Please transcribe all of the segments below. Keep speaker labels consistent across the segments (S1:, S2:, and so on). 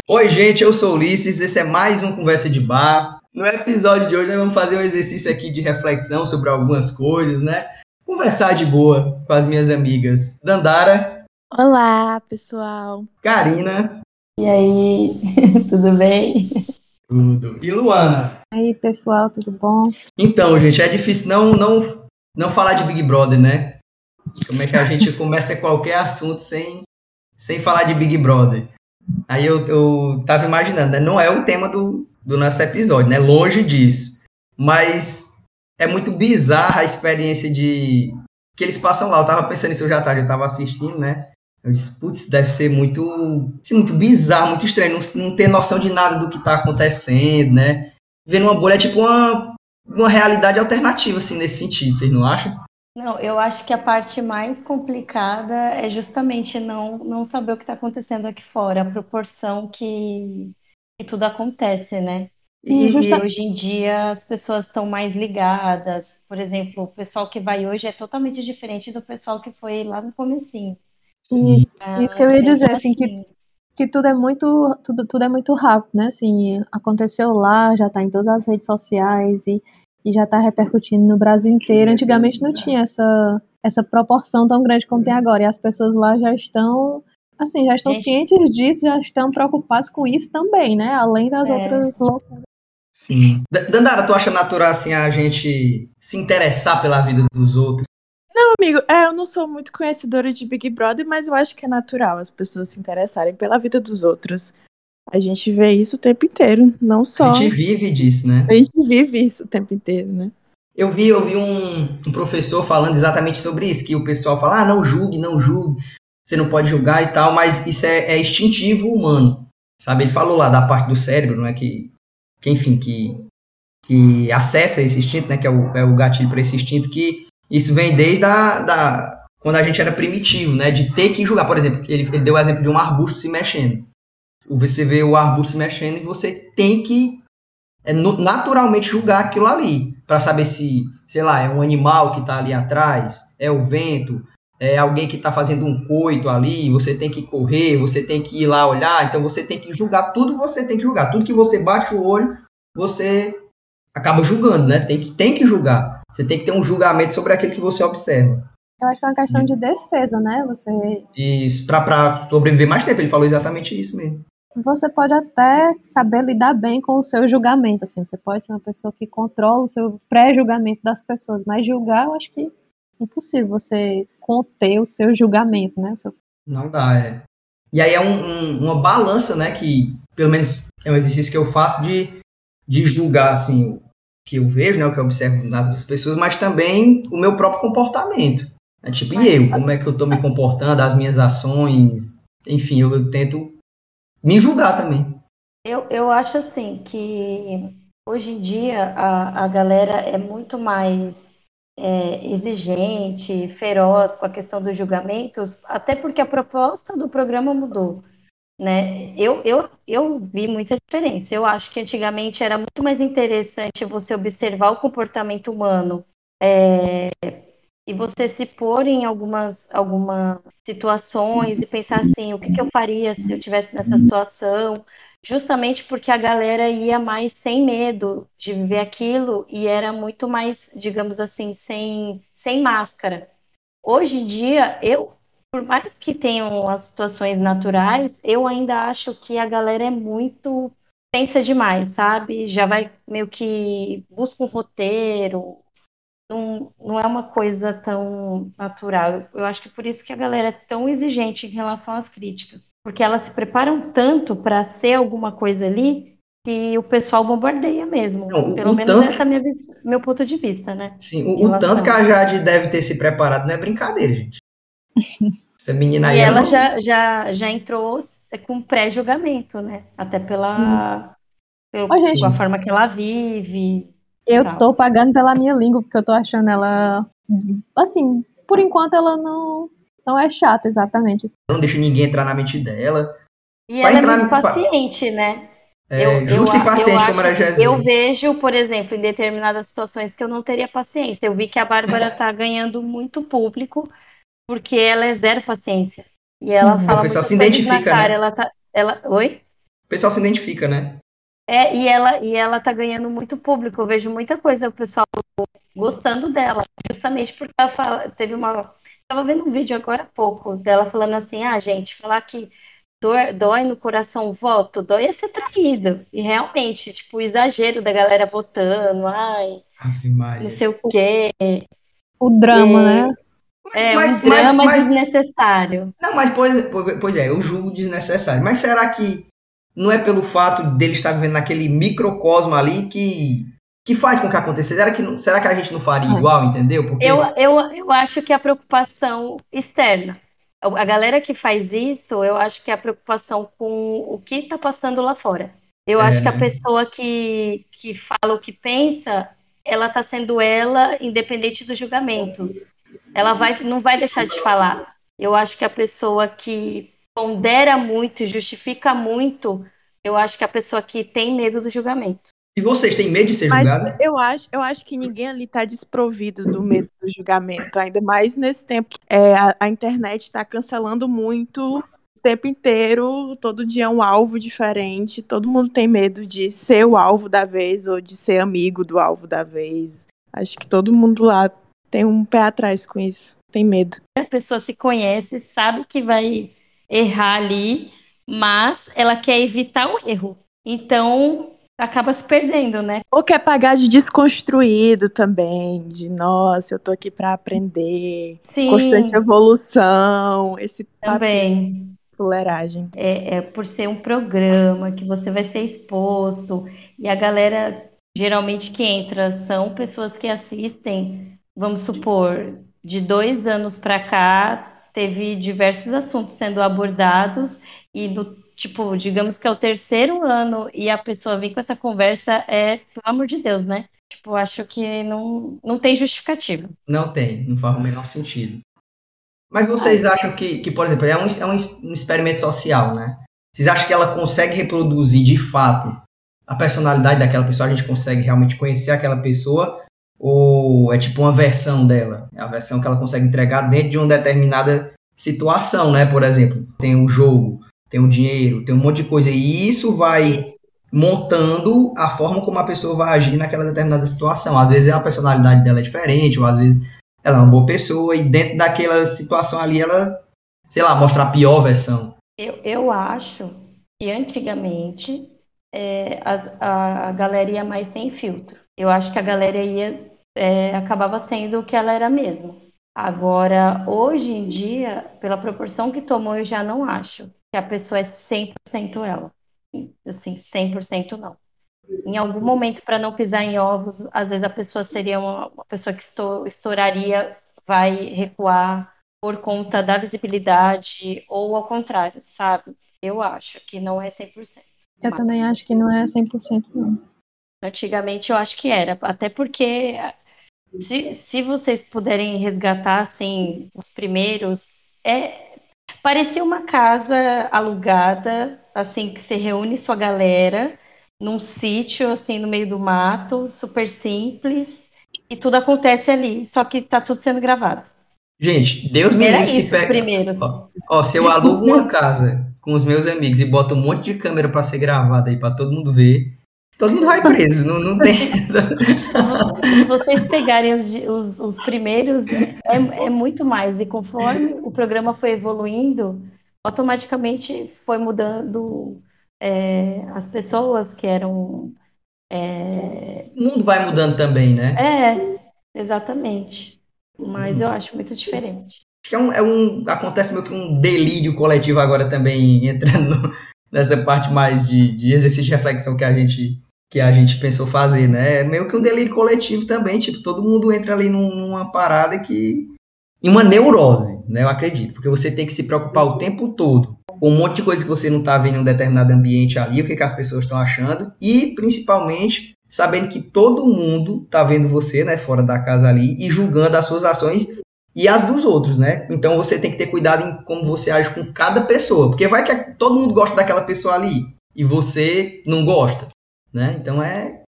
S1: Oi, gente, eu sou o Ulisses, esse é mais um Conversa de Bar. No episódio de hoje, nós vamos fazer um exercício aqui de reflexão sobre algumas coisas, né? Conversar de boa com as minhas amigas Dandara,
S2: Olá, pessoal.
S1: Karina,
S3: E aí, tudo bem?
S1: tudo, e Luana.
S3: E aí, pessoal, tudo bom?
S1: Então, gente, é difícil não falar de Big Brother, né? Como é que a gente começa qualquer assunto sem falar de Big Brother? Aí eu tava imaginando, né? Não é o tema do nosso episódio, né? Longe disso. Mas é muito bizarra a experiência que eles passam lá. Eu tava pensando nisso hoje à tarde, eu tava assistindo, né? Eu disse, putz, deve ser muito bizarro, muito estranho, não ter noção de nada do que tá acontecendo, né? Vendo uma bolha é tipo uma realidade alternativa, assim, nesse sentido, vocês não acham?
S3: Não, eu acho que a parte mais complicada é justamente não saber o que está acontecendo aqui fora, a proporção que tudo acontece, né? E hoje em dia as pessoas estão mais ligadas. Por exemplo, o pessoal que vai hoje é totalmente diferente do pessoal que foi lá no comecinho.
S4: Isso que eu ia dizer, assim,
S3: Assim,
S4: que tudo é muito rápido, né? Assim, aconteceu lá, já tá em todas as redes sociais e já tá repercutindo no Brasil inteiro. Antigamente não tinha essa proporção tão grande como tem agora, e as pessoas lá já estão, assim, já estão
S3: Gente,
S4: cientes disso, já estão preocupadas com isso também, né? Além das outras loucuras.
S1: Sim. Dandara, tu acha natural, assim, a gente se interessar pela vida dos outros?
S2: Não, amigo, eu não sou muito conhecedora de Big Brother, mas eu acho que é natural as pessoas se interessarem pela vida dos outros. A gente vê isso o tempo inteiro, não só.
S1: A gente vive disso, né?
S2: A gente vive isso o tempo inteiro, né?
S1: Eu vi um professor falando exatamente sobre isso, que o pessoal fala, não julgue, você não pode julgar e tal, mas isso é instintivo humano, sabe? Ele falou lá da parte do cérebro, não é enfim, que acessa esse instinto, né? Que é o gatilho para esse instinto, que isso vem desde quando a gente era primitivo, né? De ter que julgar. Por exemplo, ele deu o exemplo de um arbusto se mexendo. Você vê o arbusto se mexendo e você tem que naturalmente julgar aquilo ali, para saber se, sei lá, é um animal que está ali atrás, é o vento, é alguém que está fazendo um coito ali, você tem que correr, você tem que ir lá olhar, então você tem que julgar, você tem que julgar, tudo que você bate o olho, você acaba julgando, né? Tem que julgar, você tem que ter um julgamento sobre aquilo que você observa.
S4: Eu acho que é uma questão de defesa, né?
S1: Isso, para sobreviver mais tempo, ele falou exatamente isso mesmo.
S4: Você pode até saber lidar bem com o seu julgamento, assim, você pode ser uma pessoa que controla o seu pré-julgamento das pessoas, mas julgar, eu acho que é impossível você conter o seu julgamento, né?
S1: Não dá, E aí é uma balança, né, que pelo menos é um exercício que eu faço de julgar, assim, o que eu vejo, né, o que eu observo das pessoas, mas também o meu próprio comportamento. Tipo, e eu? Como é que eu tô me comportando, as minhas ações? Enfim, eu tento me julgar também.
S3: eu acho assim que hoje em dia a galera é muito mais exigente, feroz com a questão dos julgamentos, até porque a proposta do programa mudou, né? Eu vi muita diferença. Eu acho que antigamente era muito mais interessante você observar o comportamento humano e você se pôr em algumas situações e pensar assim, o que eu faria se eu estivesse nessa situação? Justamente porque a galera ia mais sem medo de viver aquilo e era muito mais, digamos assim, sem máscara. Hoje em dia, por mais que tenham as situações naturais, eu ainda acho que a galera é muito pensa demais, sabe? Já vai meio que busca um roteiro, não é uma coisa tão natural. Eu acho que por isso que a galera é tão exigente em relação às críticas. Porque elas se preparam tanto para ser alguma coisa ali que o pessoal bombardeia mesmo.
S1: Não,
S3: Pelo menos esse é meu ponto de vista, né?
S1: Sim, o tanto que a Jade deve ter se preparado não é brincadeira, gente. Essa menina aí
S3: e ela já entrou com pré-julgamento, né? Até pela a forma que ela vive.
S4: Eu tô pagando pela minha língua, porque eu tô achando ela, assim, por enquanto ela não é chata, exatamente.
S1: Não deixa ninguém entrar na mente dela.
S3: E ela é muito paciente, né?
S1: Justa e paciente, como era Jesus.
S3: Eu vejo, por exemplo, em determinadas situações que eu não teria paciência. Eu vi que a Bárbara tá ganhando muito público porque ela é zero paciência. E ela fala
S1: o pessoal
S3: muitas
S1: se
S3: coisas na
S1: identifica,
S3: cara.
S1: né?
S3: Oi?
S1: pessoal se identifica, né?
S3: E ela tá ganhando muito público. Eu vejo muita coisa, o pessoal gostando dela, justamente porque ela teve uma. Tava vendo um vídeo agora há pouco dela falando assim: gente, falar que dói no coração o voto, dói é ser traído. E realmente, tipo, o exagero da galera votando,
S1: Ave
S3: não
S1: Maria.
S3: sei o quê.
S4: O drama, né?
S3: Um drama desnecessário.
S1: Não, mas pois é, eu julgo desnecessário. Mas será que não é pelo fato dele estar vivendo naquele microcosmo ali que faz com que aconteça? Será que a gente não faria igual, entendeu? Porque
S3: Eu acho que a preocupação externa. A galera que faz isso, eu acho que é a preocupação com o que está passando lá fora. Eu acho que a pessoa que fala o que pensa, ela está sendo ela, independente do julgamento. Ela não vai deixar de falar. Eu acho que a pessoa que pondera muito e justifica muito, eu acho que é a pessoa que tem medo do julgamento.
S1: E vocês têm medo de ser
S2: Mas
S1: julgado?
S2: eu acho que ninguém ali está desprovido do medo do julgamento, ainda mais nesse tempo que a internet está cancelando muito o tempo inteiro, todo dia é um alvo diferente, todo mundo tem medo de ser o alvo da vez ou de ser amigo do alvo da vez. Acho que todo mundo lá tem um pé atrás com isso, tem medo.
S3: A pessoa se conhece, sabe que vai errar ali, mas ela quer evitar o erro. Então, acaba se perdendo, né?
S2: Ou quer pagar de desconstruído também, de nossa, eu tô aqui para aprender, constante
S3: Sim,
S2: evolução, esse papinho
S3: também.
S2: de fuleiragem.
S3: Por ser um programa que você vai ser exposto, e a galera geralmente que entra são pessoas que assistem, vamos supor, de 2 anos para cá, teve diversos assuntos sendo abordados, e tipo, digamos que é o terceiro ano e a pessoa vem com essa conversa, pelo amor de Deus, né? Tipo, acho que não tem justificativa.
S1: Não tem, não faz o menor sentido. Mas vocês acham que, por exemplo, é um experimento social, né? Vocês acham que ela consegue reproduzir de fato a personalidade daquela pessoa? A gente consegue realmente conhecer aquela pessoa? Ou é tipo uma versão dela? É a versão que ela consegue entregar dentro de uma determinada situação, né? Por exemplo, tem o jogo, tem o dinheiro, tem um monte de coisa. E isso vai montando a forma como a pessoa vai agir naquela determinada situação. Às vezes a personalidade dela é diferente, ou às vezes ela é uma boa pessoa e dentro daquela situação ali ela, sei lá, mostra a pior versão.
S3: Eu acho que antigamente a galera ia mais sem filtro. Eu acho que a galera acabava sendo o que ela era mesmo. Agora, hoje em dia, pela proporção que tomou, eu já não acho que a pessoa é 100% ela. Assim, 100% não. Em algum momento, para não pisar em ovos, às vezes a pessoa seria uma pessoa que estouraria, vai recuar por conta da visibilidade ou ao contrário, sabe? Eu acho que não é 100%.
S4: Eu também acho que não é 100% não.
S3: Antigamente eu acho que era, até porque se vocês puderem resgatar assim, os primeiros, parecia uma casa alugada, assim, que se reúne sua galera num sítio, assim, no meio do mato, super simples, e tudo acontece ali, só que tá tudo sendo gravado.
S1: Gente, Deus me
S3: Era
S1: livre se
S3: isso, os
S1: pega.
S3: primeiros.
S1: Se eu alugo uma casa com os meus amigos e boto um monte de câmera para ser gravada aí para todo mundo ver, todo mundo vai preso. Não tem.
S3: Se vocês pegarem os primeiros, é muito mais. E conforme o programa foi evoluindo, automaticamente foi mudando as pessoas que eram.
S1: O mundo vai mudando também, né?
S3: Exatamente. Mas eu acho muito diferente.
S1: Acho que acontece meio que um delírio coletivo agora também, entrando nessa parte mais de exercício de reflexão que a gente pensou fazer, né? É meio que um delírio coletivo também, tipo, todo mundo entra ali numa parada em uma neurose, né? Eu acredito, porque você tem que se preocupar o tempo todo com um monte de coisa que você não tá vendo em um determinado ambiente ali, o que as pessoas estão achando, e principalmente sabendo que todo mundo tá vendo você, né, fora da casa ali, e julgando as suas ações e as dos outros, né? Então você tem que ter cuidado em como você age com cada pessoa, porque vai que todo mundo gosta daquela pessoa ali e você não gosta, né? Então é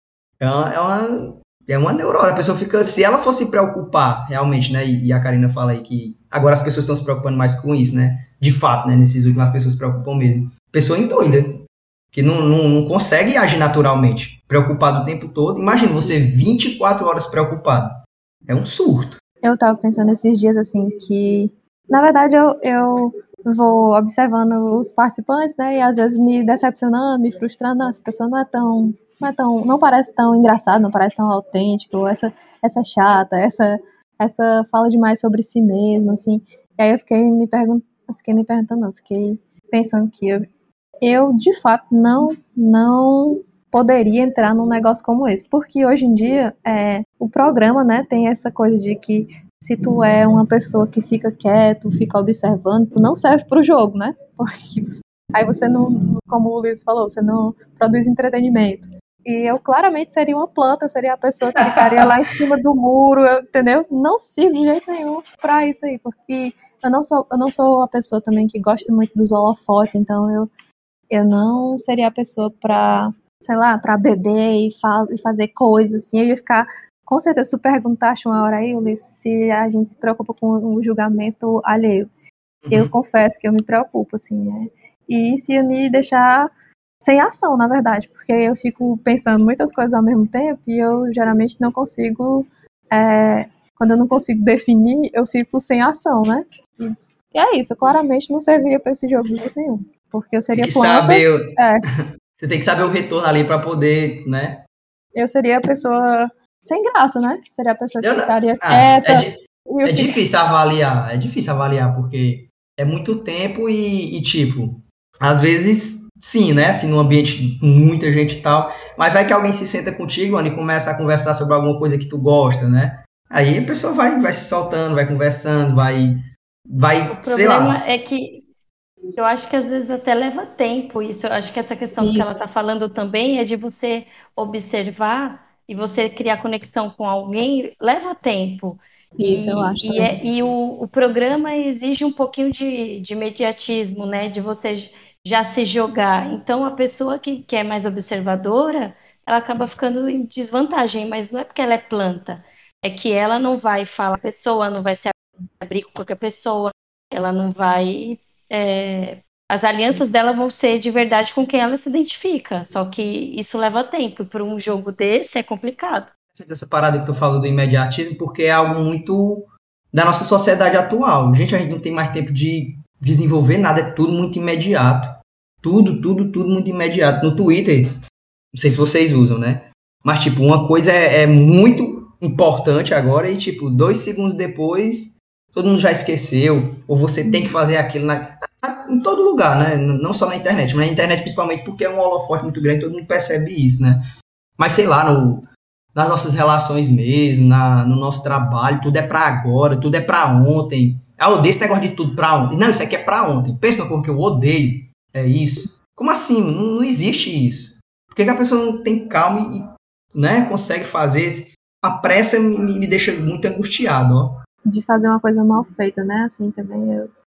S1: uma neurose. A pessoa fica, se ela for se preocupar realmente, né? E a Karina fala aí que agora as pessoas estão se preocupando mais com isso, né? De fato, né? Nesses últimos as pessoas se preocupam mesmo. Pessoa endoida. que não consegue agir naturalmente, preocupado o tempo todo. Imagina você 24 horas preocupado. É um surto.
S4: Eu tava pensando esses dias, assim, que, na verdade, eu vou observando os participantes, né, e às vezes me decepcionando, me frustrando, não, essa pessoa não parece tão engraçado, não parece tão autêntico, essa chata, essa fala demais sobre si mesma, assim. E aí eu fiquei me perguntando, não, fiquei pensando que eu de fato não poderia entrar num negócio como esse, porque hoje em dia o programa, né, tem essa coisa de que se tu é uma pessoa que fica quieto, fica observando, tu não serve pro jogo, né? Porque aí você não, como o Luiz falou, você não produz entretenimento. E eu claramente seria uma planta, eu seria a pessoa que ficaria lá em cima do muro, entendeu? Não sirvo de jeito nenhum pra isso aí, porque eu não sou a pessoa também que gosta muito dos holofotes, então eu não seria a pessoa pra, sei lá, pra beber e fazer coisas assim. Eu ia ficar, com certeza, se tu perguntaste uma hora aí, Ulisses, se a gente se preocupa com o julgamento alheio. Eu confesso que eu me preocupo, assim, né? E isso ia me deixar sem ação, na verdade, porque eu fico pensando muitas coisas ao mesmo tempo e eu geralmente não consigo, quando eu não consigo definir, eu fico sem ação, né? E é isso, eu claramente não serviria para esse jogo de jeito nenhum, porque eu
S1: Tem
S4: seria
S1: que
S4: planta,
S1: saber, você tem que saber o retorno ali para poder, né?
S4: eu seria a pessoa sem graça, né? Seria a pessoa que
S1: Eu,
S4: ficaria
S1: ah,
S4: quieta. E eu
S1: é difícil avaliar, porque é muito tempo tipo, às vezes, sim, né, assim, num ambiente com muita gente e tal, mas vai que alguém se senta contigo, mano, e começa a conversar sobre alguma coisa que tu gosta, né, aí a pessoa vai se soltando, vai conversando,
S3: O
S1: sei
S3: problema
S1: lá.
S3: é que eu acho que às vezes até leva tempo. Isso, eu acho que essa questão que ela
S4: Isso,
S3: está falando também é de você observar e você criar conexão com alguém, leva tempo.
S4: isso eu acho também.
S3: E o programa exige um pouquinho de imediatismo, né? De você já se jogar. Então, a pessoa que é mais observadora, ela acaba ficando em desvantagem, mas não é porque ela é planta, é que ela não vai falar com a pessoa, não vai se abrir com qualquer pessoa, ela não vai. As alianças dela vão ser de verdade com quem ela se identifica. Só que isso leva tempo. E para um jogo desse é complicado.
S1: Essa parada que tu falou do imediatismo, porque é algo muito da nossa sociedade atual. Gente, a gente não tem mais tempo de desenvolver nada, é tudo muito imediato. Tudo muito imediato. No Twitter, não sei se vocês usam, né? Mas, tipo, uma coisa é muito importante agora e, tipo, 2 segundos depois, todo mundo já esqueceu. Ou você tem que fazer aquilo em todo lugar, né? Não só na internet, mas na internet principalmente porque é um holofote muito grande, todo mundo percebe isso, né? Mas, sei lá, nas nossas relações mesmo, no nosso trabalho, tudo é pra agora, tudo é pra ontem. Ah, eu odeio esse negócio de tudo pra ontem. Não, isso aqui é pra ontem. Pensa numa coisa que eu odeio. É isso. Como assim? Não existe isso. Por que a pessoa não tem calma e né, consegue fazer? A pressa me deixa muito angustiado, ó.
S4: De fazer uma coisa mal feita, né? Assim também.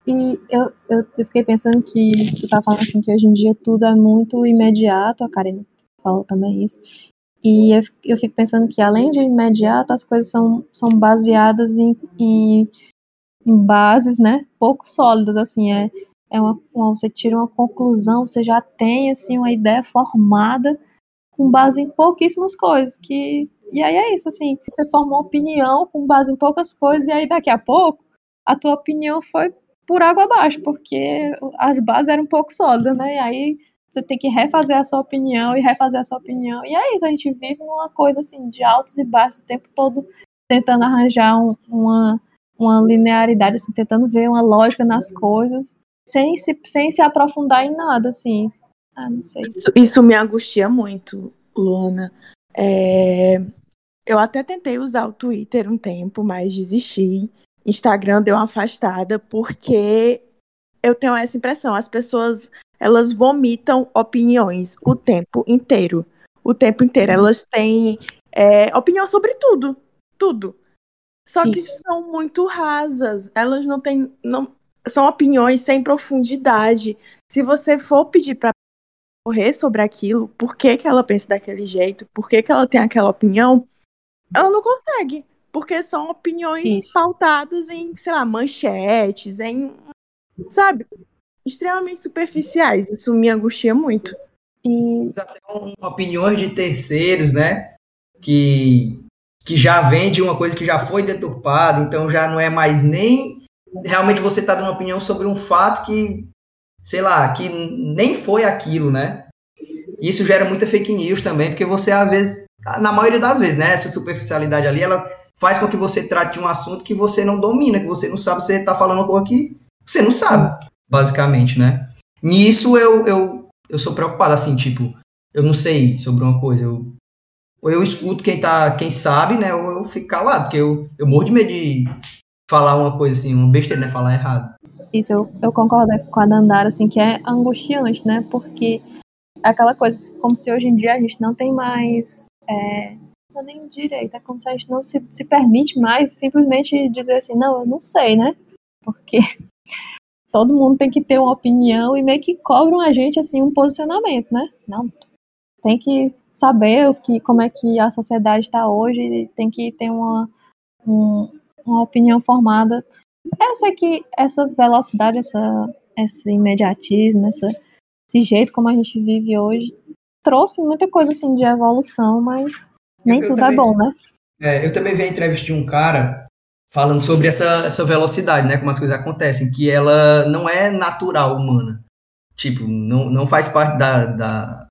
S4: Eu fiquei pensando que tu tá falando assim que hoje em dia tudo é muito imediato, a Karina falou também isso. E eu fico pensando que além de imediato, as coisas são baseadas em bases, né? Pouco sólidas, assim, você tira uma conclusão, você já tem assim uma ideia formada com base em pouquíssimas coisas, e aí é isso, assim, você forma uma opinião com base em poucas coisas, e aí daqui a pouco a tua opinião foi por água abaixo, porque as bases eram um pouco sólidas, né, e aí você tem que refazer a sua opinião, e é isso, a gente vive numa coisa, assim, de altos e baixos o tempo todo, tentando arranjar uma linearidade, assim, tentando ver uma lógica nas coisas, sem se aprofundar em nada, assim, não sei.
S2: Isso me angustia muito, Luana. Eu até tentei usar o Twitter um tempo, mas desisti. Instagram deu uma afastada, porque eu tenho essa impressão. As pessoas, elas vomitam opiniões o tempo inteiro. O tempo inteiro. Elas têm opinião sobre tudo. Tudo. Só que
S4: Isso.
S2: são muito rasas. Elas não têm. Não, são opiniões sem profundidade. Se você for pedir para correr sobre aquilo, por que que ela pensa daquele jeito, por que que ela tem aquela opinião, ela não consegue. Porque são opiniões
S4: Isso.
S2: pautadas em, sei lá, manchetes, sabe, extremamente superficiais. Isso me angustia muito.
S4: E
S1: Até opiniões de terceiros, né? Que já vem de uma coisa que já foi deturpada, então já não é mais nem realmente você está dando uma opinião sobre um fato que, sei lá, que nem foi aquilo, né? Isso gera muita fake news também, porque você, às vezes, na maioria das vezes, né? Essa superficialidade ali, ela faz com que você trate de um assunto que você não domina, que você não sabe, você está falando uma coisa que você não sabe, basicamente, né? Nisso eu sou preocupado, assim, tipo, eu não sei sobre uma coisa, ou eu escuto quem sabe, né? Ou eu fico calado, porque eu morro de medo de falar uma coisa assim, uma besteira, né? Falar errado.
S4: isso eu concordo com a Dandara, assim, que é angustiante, né? Porque é aquela coisa, como se hoje em dia a gente não tem mais não é nem direito, é como se a gente não se permite mais simplesmente dizer assim, não, eu não sei, né? Porque todo mundo tem que ter uma opinião e meio que cobram a gente, assim, um posicionamento, né? Não, tem que saber como é que a sociedade está hoje, tem que ter uma opinião formada. Eu sei que essa velocidade, esse imediatismo, esse jeito como a gente vive hoje, trouxe muita coisa assim de evolução, mas nem tudo também, é bom, né?
S1: Eu também vi a entrevista de um cara falando sobre essa velocidade, né? Como as coisas acontecem, que ela não é natural humana. Tipo, não faz parte da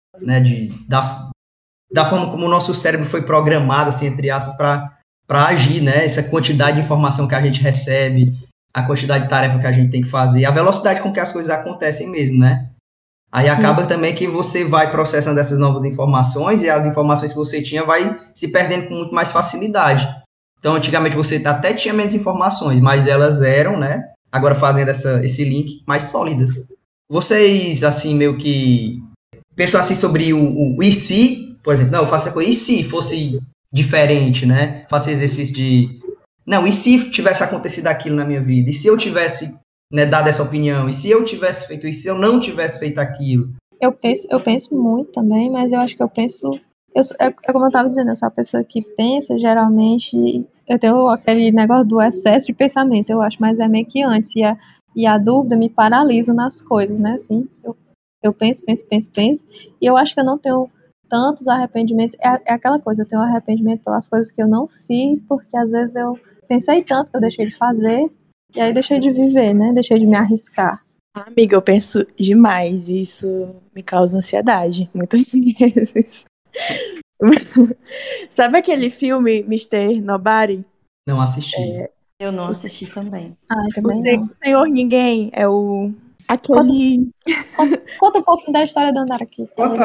S1: forma como o nosso cérebro foi programado, assim, entre aspas, para agir, né? Essa quantidade de informação que a gente recebe, a quantidade de tarefa que a gente tem que fazer, a velocidade com que as coisas acontecem mesmo, né? Aí acaba também que você vai processando essas novas informações e as informações que você tinha vai se perdendo com muito mais facilidade. Então, antigamente você até tinha menos informações, mas elas eram, né? Agora fazendo esse link, mais sólidas. Vocês, assim, meio que pensam assim sobre o e se, por exemplo, não, eu faço essa coisa, e se fosse diferente, né? Faço exercício de, não, e se tivesse acontecido aquilo na minha vida? E se eu tivesse, né, dado essa opinião? E se eu tivesse feito isso? E se eu não tivesse feito aquilo?
S4: Eu penso muito também, mas eu acho que eu penso... como eu estava dizendo, eu sou a pessoa que pensa, geralmente... Eu tenho aquele negócio do excesso de pensamento, eu acho, mas é meio que antes. E a dúvida me paralisa nas coisas, né? Assim, eu penso, e eu acho que eu não tenho tantos arrependimentos. É aquela coisa, eu tenho arrependimento pelas coisas que eu não fiz, porque às vezes eu pensei tanto que eu deixei de fazer, e aí deixei de viver, né? Deixei de me arriscar.
S2: Amiga, eu penso demais, e isso me causa ansiedade, muitas vezes. Sabe aquele filme Mr. Nobody?
S1: Não assisti.
S3: Eu não assisti também.
S4: Também não.
S2: O Senhor Ninguém é aquele...
S4: Conta um pouco da história da Andara aqui.
S1: Conta,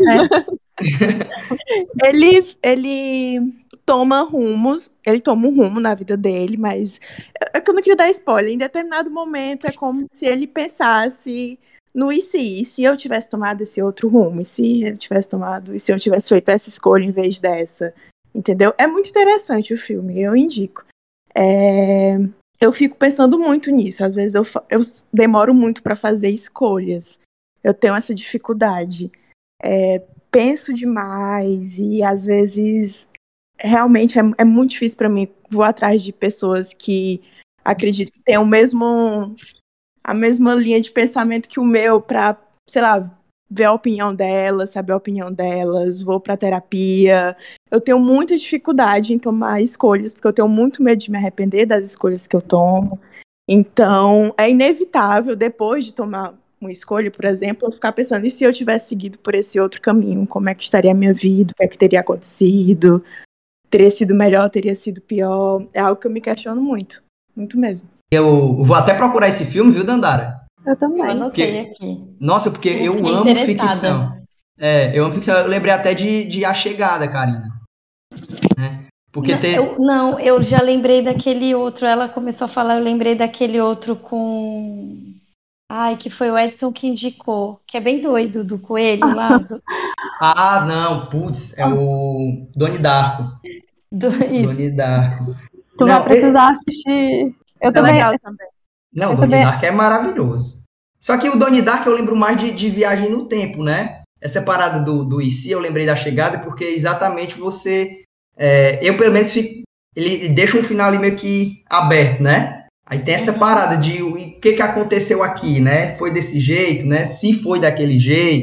S2: Ele toma um rumo na vida dele, mas é que eu não queria dar spoiler. Em determinado momento é como se ele pensasse no e se eu tivesse tomado esse outro rumo, e se eu tivesse feito essa escolha em vez dessa, entendeu? É muito interessante o filme, eu indico. Eu fico pensando muito nisso, às vezes eu demoro muito para fazer escolhas, eu tenho essa dificuldade. Penso demais e às vezes realmente é muito difícil para mim. Vou atrás de pessoas que acredito que têm a mesma linha de pensamento que o meu para, sei lá, ver a opinião delas, saber a opinião delas, vou para terapia. Eu tenho muita dificuldade em tomar escolhas, porque eu tenho muito medo de me arrepender das escolhas que eu tomo. Então, é inevitável, depois de tomar uma escolha, por exemplo, eu ficar pensando, e se eu tivesse seguido por esse outro caminho, como é que estaria a minha vida, o que é que teria acontecido, teria sido melhor, teria sido pior, é algo que eu me questiono muito mesmo.
S1: Eu vou até procurar esse filme, viu, Dandara?
S4: Eu também.
S3: Eu anotei aqui.
S1: Nossa, porque eu amo ficção. Eu amo ficção, eu lembrei até de A Chegada, Karina. Né? Porque
S3: eu já lembrei daquele outro, ela começou a falar, eu lembrei daquele outro com... Ai, que foi o Edson que indicou, que é bem doido, do coelho lá.
S1: Ah, não, putz, é o Donnie Darko. Donnie Darko.
S4: Tu vai precisar assistir. Eu também.
S2: Legal também.
S1: Não, o Donnie Darko é maravilhoso. Só que o Donnie Darko eu lembro mais de viagem no tempo, né? Essa parada do e se eu lembrei da chegada, porque exatamente você... eu, pelo menos, ele deixa um final ali meio que aberto, né? Aí tem essa parada de o que aconteceu aqui, né? Foi desse jeito, né? Se foi daquele jeito,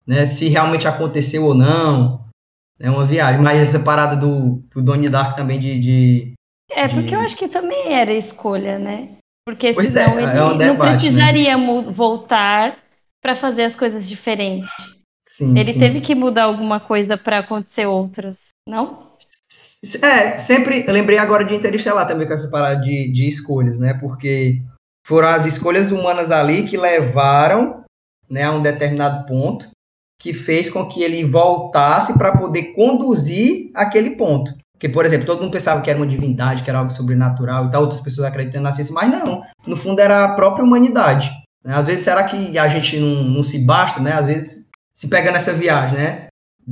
S1: né? Se realmente aconteceu ou não. É uma viagem. Mas essa parada do Donnie Darko também
S3: Porque eu acho que também era escolha, né? Porque
S1: Pois
S3: senão
S1: é um
S3: ele não
S1: debate, né?
S3: precisaria voltar para fazer as coisas diferentes.
S1: Sim,
S3: Ele teve
S1: sim.
S3: que mudar alguma coisa para acontecer outras, não?
S1: Sempre. Eu lembrei agora de Interestelar também com essa parada de escolhas, né? Porque foram as escolhas humanas ali que levaram, né, a um determinado ponto, que fez com que ele voltasse para poder conduzir aquele ponto. Porque, por exemplo, todo mundo pensava que era uma divindade, que era algo sobrenatural e tal, outras pessoas acreditando na ciência, mas não. No fundo, era a própria humanidade. Né? Às vezes, será que a gente não se basta, né? Às vezes, se pega nessa viagem, né?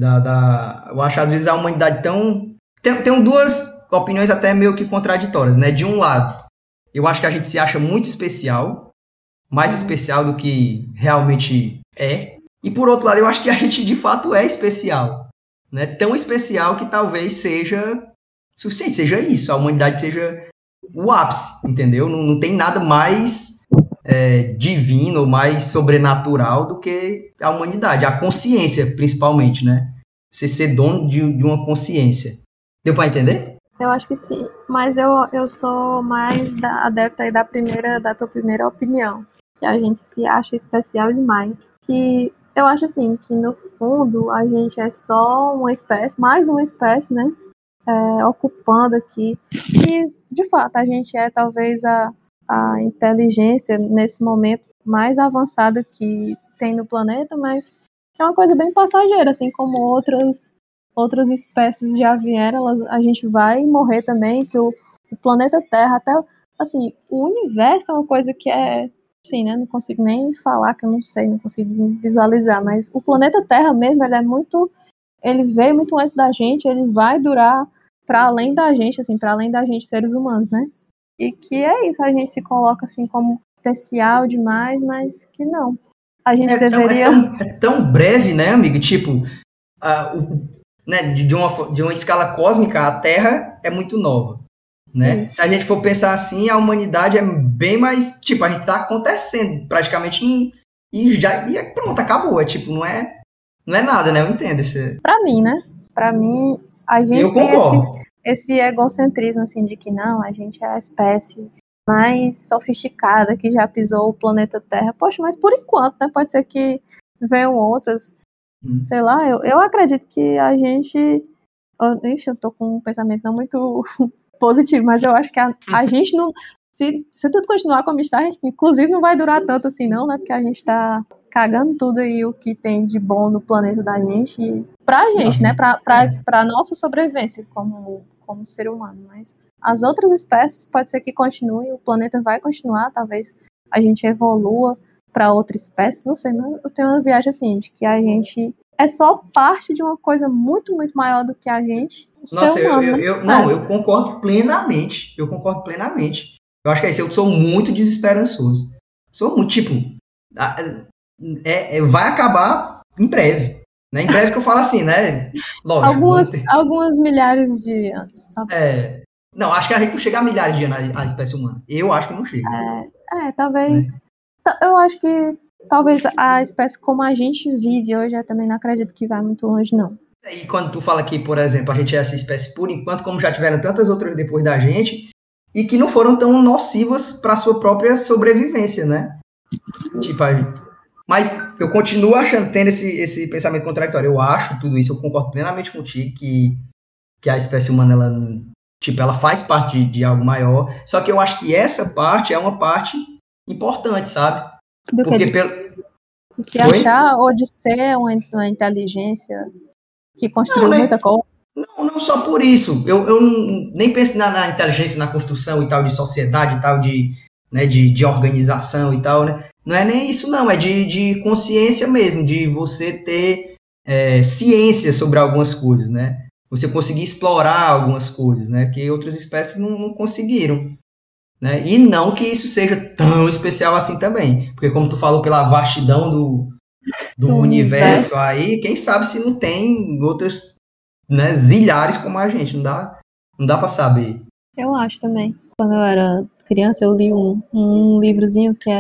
S1: Eu acho, às vezes, a humanidade tão... Tem duas opiniões até meio que contraditórias, né? De um lado, eu acho que a gente se acha muito especial, mais especial do que realmente é. E por outro lado, eu acho que a gente de fato é especial, né? Tão especial que talvez seja suficiente, seja isso, a humanidade seja o ápice, entendeu? Não tem nada mais divino, mais sobrenatural do que a humanidade, a consciência principalmente, né? Você ser dono de uma consciência. Deu para entender?
S4: Eu acho que sim, mas eu sou mais adepta aí da tua primeira opinião, que a gente se acha especial demais. Que eu acho assim, que no fundo a gente é só uma espécie, mais uma espécie, né? Ocupando aqui. E de fato a gente é talvez a inteligência nesse momento mais avançada que tem no planeta, mas que é uma coisa bem passageira, assim como outras espécies já vieram, a gente vai morrer também, que o planeta Terra, até, assim, o universo é uma coisa que é, assim, né, não consigo nem falar, que eu não sei, não consigo visualizar, mas o planeta Terra mesmo, ele veio muito antes da gente, ele vai durar para além da gente, assim, para além da gente, seres humanos, né, e que é isso, a gente se coloca, assim, como especial demais, mas que não. A gente deveria...
S1: É tão breve, né, amigo? Tipo, né, de uma escala cósmica, a Terra é muito nova, né?
S4: Isso.
S1: Se a gente for pensar assim, a humanidade é bem mais, tipo, a gente tá acontecendo praticamente e pronto, acabou, tipo, não é nada, né? Eu entendo isso.
S4: Pra mim, né? Pra mim, a
S1: Eu
S4: gente tem
S1: concordo.
S4: esse egocentrismo, assim, de que não, a gente é a espécie mais sofisticada que já pisou o planeta Terra. Poxa, mas por enquanto, né? Pode ser que venham outras, sei lá, eu acredito que a gente... Ixi, eu tô com um pensamento não muito positivo, mas eu acho que a gente não... Se tudo continuar como está, a gente, inclusive, não vai durar tanto assim, não, né? Porque a gente tá cagando tudo aí o que tem de bom no planeta da gente, pra gente, né? Pra nossa sobrevivência como ser humano. Mas as outras espécies pode ser que continuem, o planeta vai continuar, talvez a gente evolua para outra espécie, não sei, mas eu tenho uma viagem assim, de que a gente é só parte de uma coisa muito, muito maior do que a gente, o ser
S1: Nossa,
S4: humano, né?
S1: eu concordo plenamente. Eu concordo plenamente. Eu acho que é isso. Eu sou muito desesperançoso. Sou muito, tipo, vai acabar em breve. Né? Em breve que eu falo assim, né? Lógico, vamos ter.
S4: Algumas milhares de anos, sabe?
S1: Não, acho que a gente não chega a milhares de anos a espécie humana. Eu acho que não chega.
S4: Talvez.
S1: Né?
S4: Eu acho que talvez a espécie como a gente vive hoje, eu também não acredito que vai muito longe, não.
S1: E quando tu fala que, por exemplo, a gente é essa espécie por enquanto, como já tiveram tantas outras depois da gente, e que não foram tão nocivas para sua própria sobrevivência, né? Tipo, mas eu continuo achando, tendo esse pensamento contraditório. Eu acho tudo isso, eu concordo plenamente contigo que a espécie humana, ela faz parte de algo maior, só que eu acho que essa parte é uma parte importante, sabe?
S4: Do
S1: Porque
S4: que de se achar ou de ser uma inteligência que construiu muita coisa?
S1: Não só por isso. Eu nem penso na inteligência, na construção e tal, de sociedade e tal, né, de organização e tal, né? Não é nem isso, não. É de consciência mesmo, de você ter ciência sobre algumas coisas, né? Você conseguir explorar algumas coisas, né? Que outras espécies não conseguiram. Né? E não que isso seja tão especial assim também. Porque como tu falou, pela vastidão do universo aí, quem sabe se não tem outras, né, zilhares como a gente, não dá para saber.
S4: Eu acho também. Quando eu era criança, eu li um livrozinho que é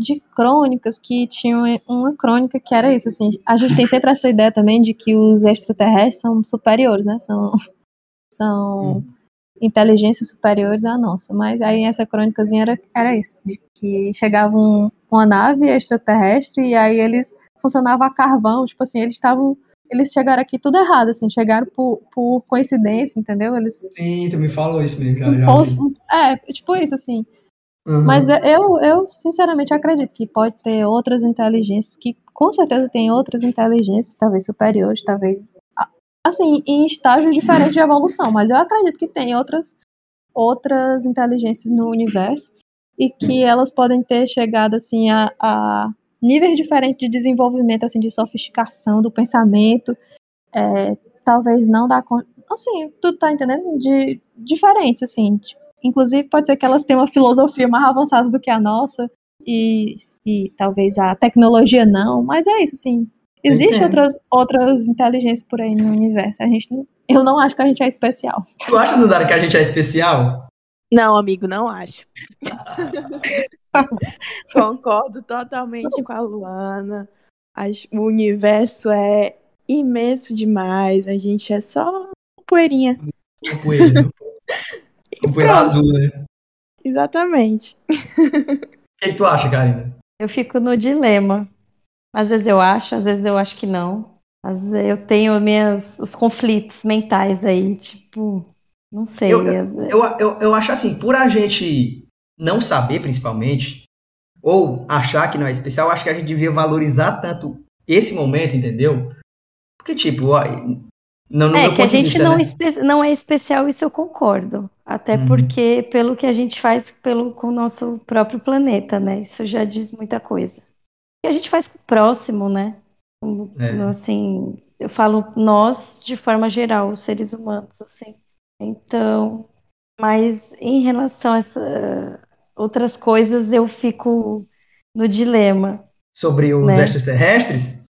S4: de crônicas que tinham uma crônica que era isso, assim, a gente tem sempre essa ideia também de que os extraterrestres são superiores, né, são inteligências superiores à nossa, mas aí essa crônicazinha era isso, de que chegava uma nave extraterrestre e aí eles funcionavam a carvão, tipo assim, eles chegaram aqui tudo errado, assim, chegaram por coincidência, entendeu? Eles
S1: Sim, tu me falou isso mesmo, já vi.
S4: tipo isso, assim.
S1: Uhum.
S4: Mas eu sinceramente acredito que pode ter outras inteligências, que com certeza tem outras inteligências, talvez superiores, talvez assim, em estágios diferentes de evolução, mas eu acredito que tem outras inteligências no universo e que elas podem ter chegado assim a níveis diferentes de desenvolvimento, assim, de sofisticação do pensamento, talvez não da, assim, tu tá entendendo? De diferentes, assim, inclusive pode ser que elas tenham uma filosofia mais avançada do que a nossa e talvez a tecnologia não, mas é isso, assim. Existem outras inteligências por aí no universo. Eu não acho que a gente é especial.
S1: Tu acha, Nandara, que a gente é especial?
S2: Não, amigo, não acho. Concordo totalmente com a Luana. O universo é imenso demais. A gente é só uma poeirinha.
S1: Uma poeira. Uma poeira azul, né?
S2: Exatamente.
S1: O que tu acha, Karina?
S3: Eu fico no dilema. Às vezes eu acho que não. Às vezes eu tenho os conflitos mentais aí, tipo, não sei.
S1: Eu acho assim, por a gente não saber, principalmente, ou achar que não é especial, eu acho que a gente devia valorizar tanto esse momento, entendeu? Porque, tipo, no meu
S3: que a
S1: ponto de
S3: gente
S1: vista, né?
S3: não é especial, isso eu concordo. Até porque pelo que a gente faz com o nosso próprio planeta, né? Isso já diz muita coisa. E a gente faz com o próximo, né? Assim, eu falo nós de forma geral, os seres humanos, assim. Então, mas em relação a outras coisas, eu fico no dilema,
S1: Sobre os
S3: né?
S1: extraterrestres?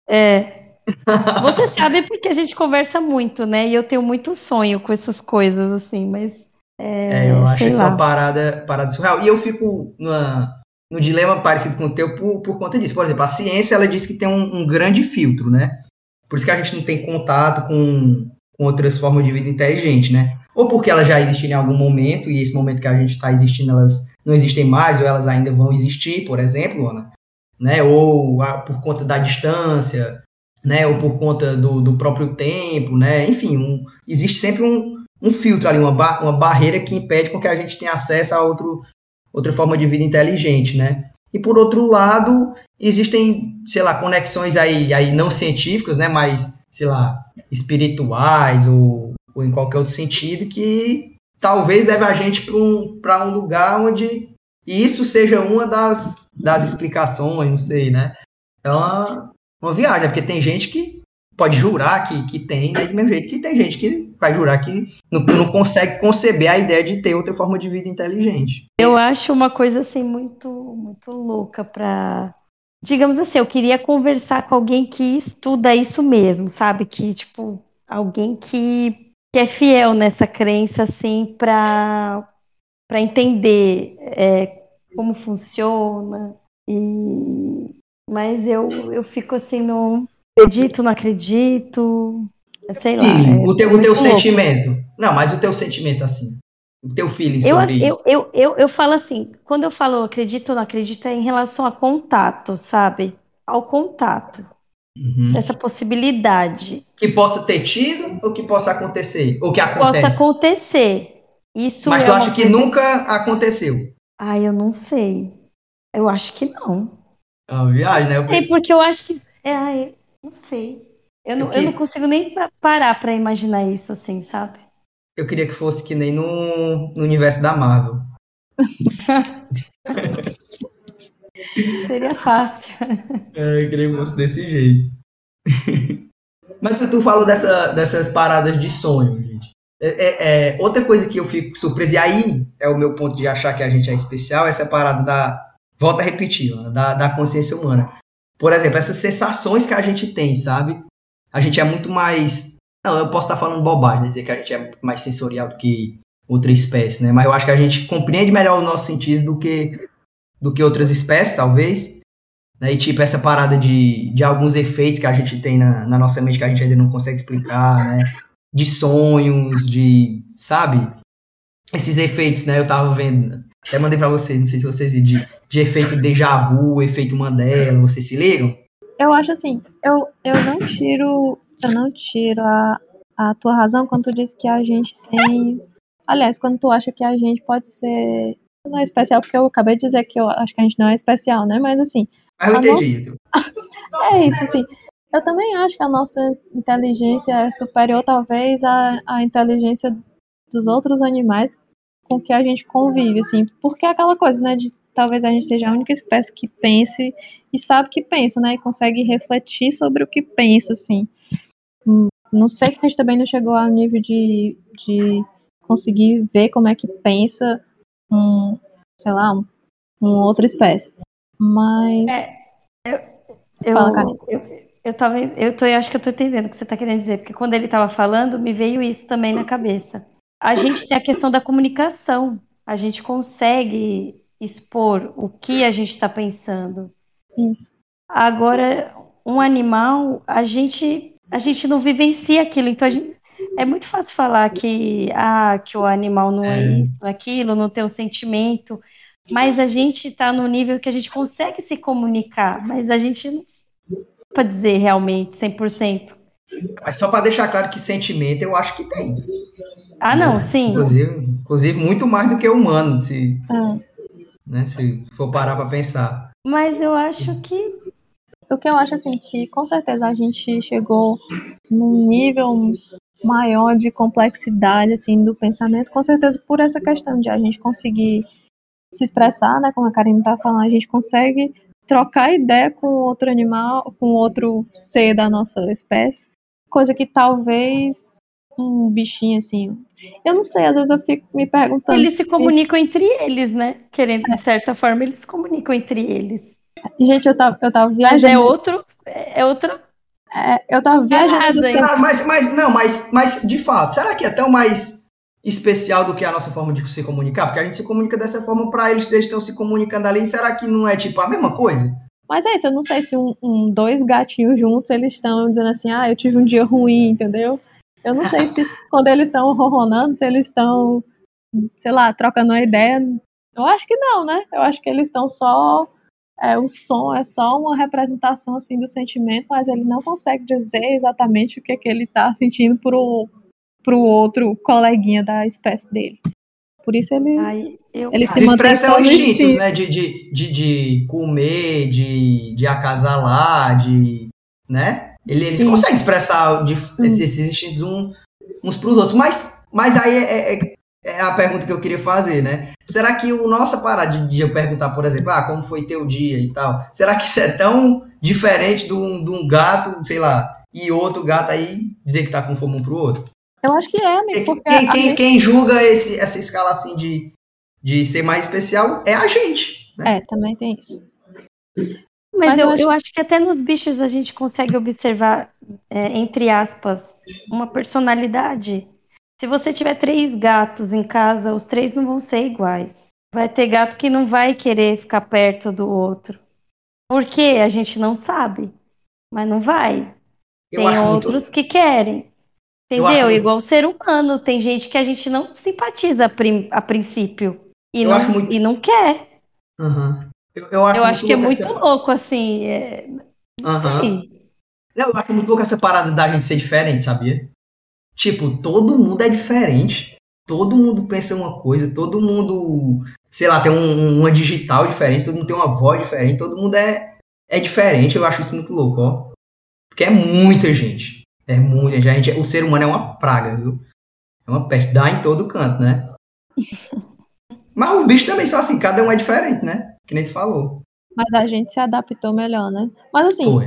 S3: Você sabe porque a gente conversa muito, né? E eu tenho muito sonho com essas coisas, assim, mas
S1: Eu acho
S3: sei
S1: isso uma
S3: lá.
S1: parada surreal. E eu fico no dilema parecido com o teu por conta disso. Por exemplo, a ciência, ela diz que tem um grande filtro, né? Por isso que a gente não tem contato com outras formas de vida inteligente, né? Ou porque elas já existiram em algum momento, e esse momento que a gente está existindo, elas não existem mais, ou elas ainda vão existir, por exemplo, Ana, né? Ou por conta da distância, né? Ou por conta do próprio tempo, né? Enfim, existe sempre um filtro ali, uma barreira que impede com que a gente tenha acesso a outra forma de vida inteligente, né? E por outro lado, existem, sei lá, conexões aí não científicas, né? Mas, sei lá, espirituais ou em qualquer outro sentido que talvez leve a gente para um lugar onde isso seja uma das explicações, não sei, né? É uma viagem, né? Porque tem gente que pode jurar que tem, né? Do mesmo jeito que tem gente que vai jurar que não consegue conceber a ideia de ter outra forma de vida inteligente.
S3: Eu acho uma coisa, assim, muito, muito louca para... Digamos assim, eu queria conversar com alguém que estuda isso mesmo, sabe? Que, tipo, alguém que é fiel nessa crença, assim, para entender como funciona. Mas eu fico assim, não acredito, não acredito, sei lá,
S1: Feeling, o
S3: é
S1: teu
S3: muito louco.
S1: sentimento. Não, mas o teu sentimento, assim. O teu feeling
S3: Eu,
S1: sobre
S3: eu,
S1: isso.
S3: eu, eu, eu falo assim, quando eu falo acredito ou não acredito, é em relação a contato, sabe? Ao contato, essa possibilidade
S1: Que possa ter tido ou que possa acontecer? Ou que
S3: possa
S1: acontece?
S3: acontecer. Isso
S1: Mas
S3: é
S1: tu
S3: uma
S1: acha que
S3: coisa.
S1: nunca aconteceu?
S3: Eu não sei. Eu acho que não.
S1: É uma viagem, né?
S3: Sei, porque eu acho que. Não sei. Eu não consigo nem parar para imaginar isso assim, sabe?
S1: Eu queria que fosse que nem no universo da Marvel.
S3: Seria fácil.
S1: Eu queria que fosse desse jeito. Mas tu falou dessas paradas de sonho, gente. Outra coisa que eu fico surpreso, e aí é o meu ponto de achar que a gente é especial, essa parada volta a repetir, da consciência humana. Por exemplo, essas sensações que a gente tem, sabe? A gente é muito mais... Não, eu posso estar falando bobagem, né? Dizer que a gente é muito mais sensorial do que outra espécie, né? Mas eu acho que a gente compreende melhor os nossos sentidos do que outras espécies, talvez. Né? E tipo, essa parada de alguns efeitos que a gente tem na nossa mente que a gente ainda não consegue explicar, né? De sonhos, sabe? Esses efeitos, né? Eu tava vendo, até mandei pra vocês, não sei se vocês viram, de efeito déjà vu, efeito Mandela, vocês se ligam?
S4: Eu acho assim, eu não tiro a tua razão quando tu diz que a gente tem. Aliás, quando tu acha que a gente pode ser. Não é especial, porque eu acabei de dizer que eu acho que a gente não é especial, né? Mas assim,
S1: Mas eu
S4: a nossa.
S1: entendi.
S4: É isso, assim. Eu também acho que a nossa inteligência é superior, talvez, à inteligência dos outros animais com que a gente convive, assim. Porque é aquela coisa, né? De talvez a gente seja a única espécie que pense e sabe que pensa, né? E consegue refletir sobre o que pensa, assim. Não sei que a gente também não chegou ao nível de conseguir ver como é que pensa sei lá, uma outra espécie. Mas. Fala, Karen.
S3: Eu acho que eu tô entendendo o que você tá querendo dizer, porque quando ele tava falando, me veio isso também na cabeça. A gente tem a questão da comunicação. A gente consegue expor o que a gente está pensando.
S4: Isso.
S3: Agora, um animal, a gente não vivencia aquilo. Então, é muito fácil falar que o animal não é isso, não é aquilo, não tem um sentimento. Mas a gente está no nível que a gente consegue se comunicar, mas a gente não para dizer realmente 100%.
S1: Mas só para deixar claro que sentimento eu acho que tem.
S3: Ah,
S1: Né?
S3: não, sim.
S1: Inclusive muito mais do que humano, né, se for parar para pensar.
S3: Mas eu acho que...
S4: O que eu acho, assim, que com certeza a gente chegou num nível maior de complexidade, assim, do pensamento, com certeza por essa questão de a gente conseguir se expressar, né, como a Karine tá falando, a gente consegue trocar ideia com outro animal, com outro ser da nossa espécie, coisa que talvez um bichinho, assim, eu não sei, às vezes eu fico me perguntando...
S3: Eles se comunicam entre eles, né? Querendo, de certa forma, eles se comunicam entre eles.
S4: Gente, eu tava
S3: Mas
S4: viajando...
S3: é outro...
S4: eu tava viajando...
S1: Mas, de fato, será que é tão mais especial do que a nossa forma de se comunicar? Porque a gente se comunica dessa forma para eles estão se comunicando ali. Será que não é tipo a mesma coisa?
S4: Mas é isso, eu não sei se dois gatinhos juntos, eles estão dizendo assim, eu tive um dia ruim, entendeu? Eu não sei se quando eles estão ronronando, se eles estão, sei lá, trocando uma ideia. Eu acho que não, né? Eu acho que eles estão só... o som é só uma representação, assim, do sentimento, mas ele não consegue dizer exatamente o que é que ele está sentindo pro outro coleguinha da espécie dele. Por isso eles se
S1: expressam instintos,
S4: instinto.
S1: né? De comer, de acasalar, né? Eles conseguem expressar esses instintos uns para os outros. Mas aí é a pergunta que eu queria fazer, né? Será que o nossa parada de eu perguntar, por exemplo, como foi teu dia e tal, será que isso é tão diferente de um gato, sei lá, e outro gato aí dizer que tá com fome um pro outro?
S4: Eu acho que é, amigo, porque...
S1: Quem julga essa escala assim de ser mais especial é a gente, né?
S4: Também tem isso.
S3: Mas eu acho que até nos bichos a gente consegue observar, entre aspas, uma personalidade. Se você tiver 3 gatos em casa, os 3 não vão ser iguais. Vai ter gato que não vai querer ficar perto do outro. Por quê? A gente não sabe. Mas não vai. Tem outros que querem. Entendeu? Igual o ser humano. Tem gente que a gente não simpatiza a princípio. E não quer.
S1: Uhum. Eu
S3: acho que é muito louco, assim. Não sei.
S1: Eu acho muito louco essa parada da gente ser diferente, sabia? Tipo, todo mundo é diferente. Todo mundo pensa uma coisa, todo mundo, sei lá, tem uma digital diferente, todo mundo tem uma voz diferente, todo mundo é diferente. Eu acho isso muito louco, ó. Porque é muita gente. É muita gente. O ser humano é uma praga, viu? É uma peste. Dá em todo canto, né? Mas os bichos também são assim, cada um é diferente, né? Que nem tu falou.
S4: Mas a gente se adaptou melhor, né? Mas assim, o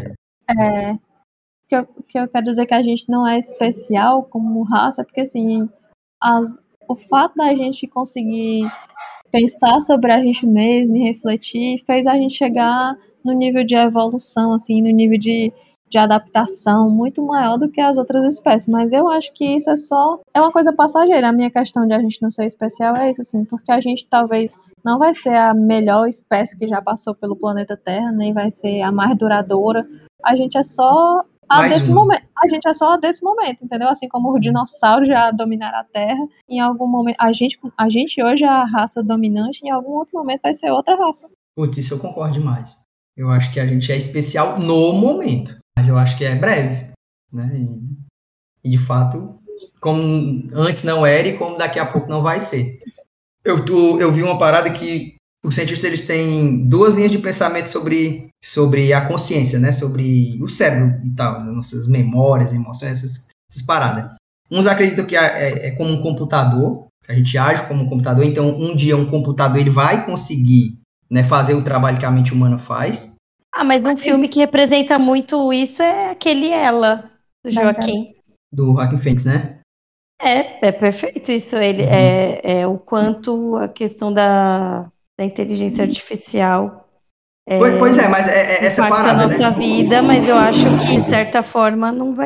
S4: que eu quero dizer que a gente não é especial como raça, porque assim, o fato da gente conseguir pensar sobre a gente mesmo e refletir fez a gente chegar no nível de evolução, assim, no nível de de adaptação muito maior do que as outras espécies, mas eu acho que isso é uma coisa passageira. A minha questão de a gente não ser especial é isso, assim, porque a gente talvez não vai ser a melhor espécie que já passou pelo planeta Terra, nem vai ser a mais duradoura. A gente é só desse momento. A gente é só desse momento, entendeu? Assim como os dinossauros já dominaram a Terra, em algum momento a gente hoje é a raça dominante, em algum outro momento vai ser outra raça.
S1: Putz, isso eu concordo demais. Eu acho que a gente é especial no momento, mas eu acho que é breve, né? E de fato, como antes não era e como daqui a pouco não vai ser. Eu vi uma parada que os cientistas eles têm duas linhas de pensamento sobre a consciência, né? Sobre o cérebro e tal, né? Nossas memórias, emoções, essas paradas. Uns acreditam que é como um computador, que a gente age como um computador, então um dia um computador ele vai conseguir, né, fazer o trabalho que a mente humana faz.
S3: Mas um filme que representa muito isso é aquele Ela, do Joaquim.
S1: Do Joaquin Phoenix, né?
S3: É perfeito isso. Ele é o quanto a questão da inteligência artificial
S1: Pois é, mas é essa
S3: impacta
S1: parada,
S3: a nossa
S1: né?
S3: vida, mas eu acho que, de certa forma, não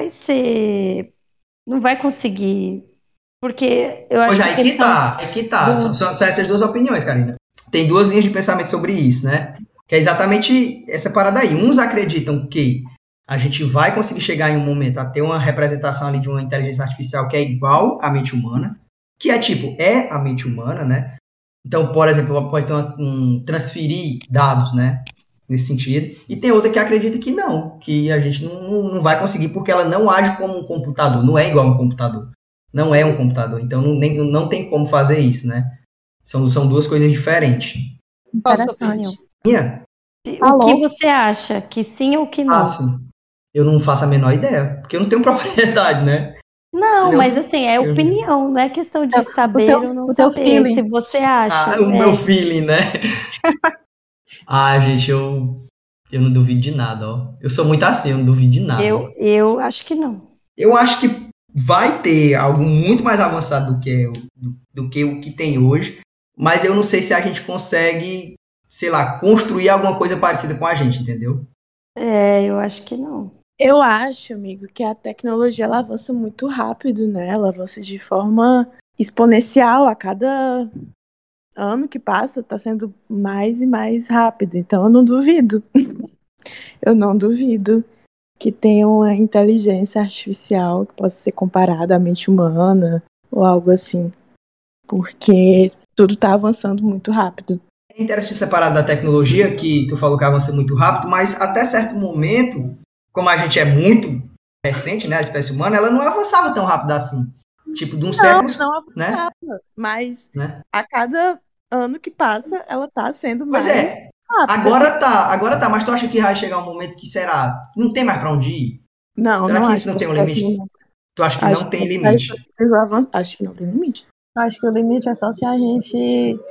S3: vai conseguir, porque eu acho
S1: Pois
S3: que a questão
S1: que tá. São essas duas opiniões, Karina. Tem duas linhas de pensamento sobre isso, né? Que é exatamente essa parada aí. Uns acreditam que a gente vai conseguir chegar em um momento a ter uma representação ali de uma inteligência artificial que é igual à mente humana, que é a mente humana, né? Então, por exemplo, ela pode ter transferir dados, né? Nesse sentido. E tem outra que acredita que não, que a gente não vai conseguir porque ela não age como um computador, não é igual a um computador. Não é um computador, então não tem como fazer isso, né? São duas coisas diferentes.
S4: Interessante.
S3: O que você acha? Que sim ou que não?
S1: Sim. Eu não faço a menor ideia, porque eu não tenho propriedade, né?
S3: Não,
S1: Entendeu?
S3: mas assim, é opinião, não é questão de saber ou não saber.
S4: Feeling.
S3: Se você acha.
S1: O meu feeling, né? Gente, eu não duvido de nada, ó. Eu sou muito assim, eu não duvido de nada.
S3: Eu acho que não.
S1: Eu acho que vai ter algo muito mais avançado do que o que tem hoje, mas eu não sei se a gente consegue, sei lá, construir alguma coisa parecida com a gente, entendeu?
S3: Eu acho que não.
S2: Eu acho, amigo, que a tecnologia ela avança muito rápido, né? Ela avança de forma exponencial a cada ano que passa, tá sendo mais e mais rápido. Então eu não duvido. Eu não duvido que tenha uma inteligência artificial que possa ser comparada à mente humana ou algo assim. Porque tudo tá avançando muito rápido.
S1: É interessante essa parada da tecnologia, que tu falou que avança muito rápido, mas até certo momento, como a gente é muito recente, né, a espécie humana, ela não avançava tão rápido assim. Tipo, de um século,
S2: não avançava,
S1: né?
S2: Mas
S1: né?
S2: a cada ano que passa, ela tá sendo
S1: Pois
S2: mais
S1: é.
S2: rápida.
S1: Agora tá, mas tu acha que vai chegar um momento que será? Não tem mais pra onde ir?
S2: Não,
S1: Será
S2: não
S1: que
S2: acho.
S1: isso não tem um limite? Tu acha que não tem limite?
S2: Acho que não tem limite.
S4: Eu acho que o limite é só se a gente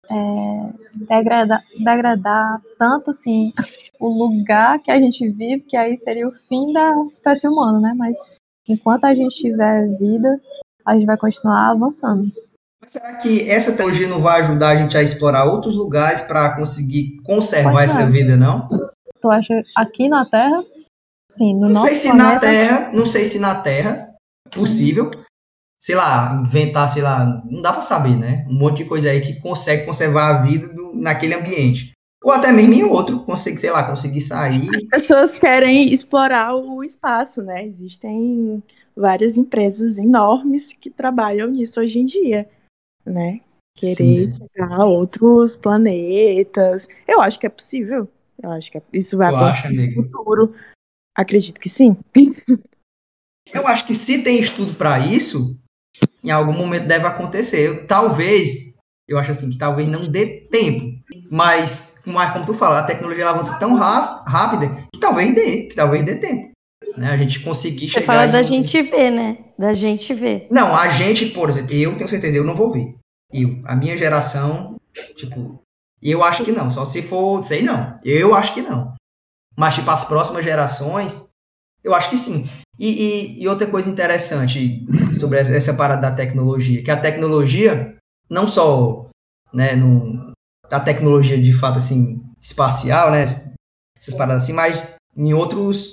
S4: degradar tanto, assim, o lugar que a gente vive, que aí seria o fim da espécie humana, né? Mas enquanto a gente tiver vida, a gente vai continuar avançando.
S1: Mas será que essa tecnologia não vai ajudar a gente a explorar outros lugares para conseguir conservar essa vida, não?
S4: Tu acha aqui na Terra? Sim, no
S1: Não
S4: nosso
S1: sei se
S4: planeta.
S1: na Terra é possível, sei lá, inventar, sei lá, não dá para saber, né? Um monte de coisa aí que consegue conservar a vida naquele ambiente. Ou até mesmo em outro, conseguir sair.
S2: As pessoas querem explorar o espaço, né? Existem várias empresas enormes que trabalham nisso hoje em dia, né? Querer chegar a outros planetas. Eu acho que é possível. Eu acho que isso vai acontecer no futuro. Acredito que sim.
S1: Eu acho que se tem estudo para isso, em algum momento deve acontecer. Eu acho assim, que talvez não dê tempo. Mas como tu fala, a tecnologia ela avança tão rápida que talvez dê tempo. Né? A gente conseguir chegar...
S3: Você fala da gente ver, né? Da gente ver.
S1: Não, a gente, por exemplo, eu tenho certeza, eu não vou ver. A minha geração, tipo, eu acho que não. Só se for, sei não. Eu acho que não. Mas, tipo, as próximas gerações, eu acho que sim. E outra coisa interessante sobre essa parada da tecnologia, que a tecnologia, não só, né, a tecnologia de fato, assim, espacial, né, essas paradas assim, mas em outros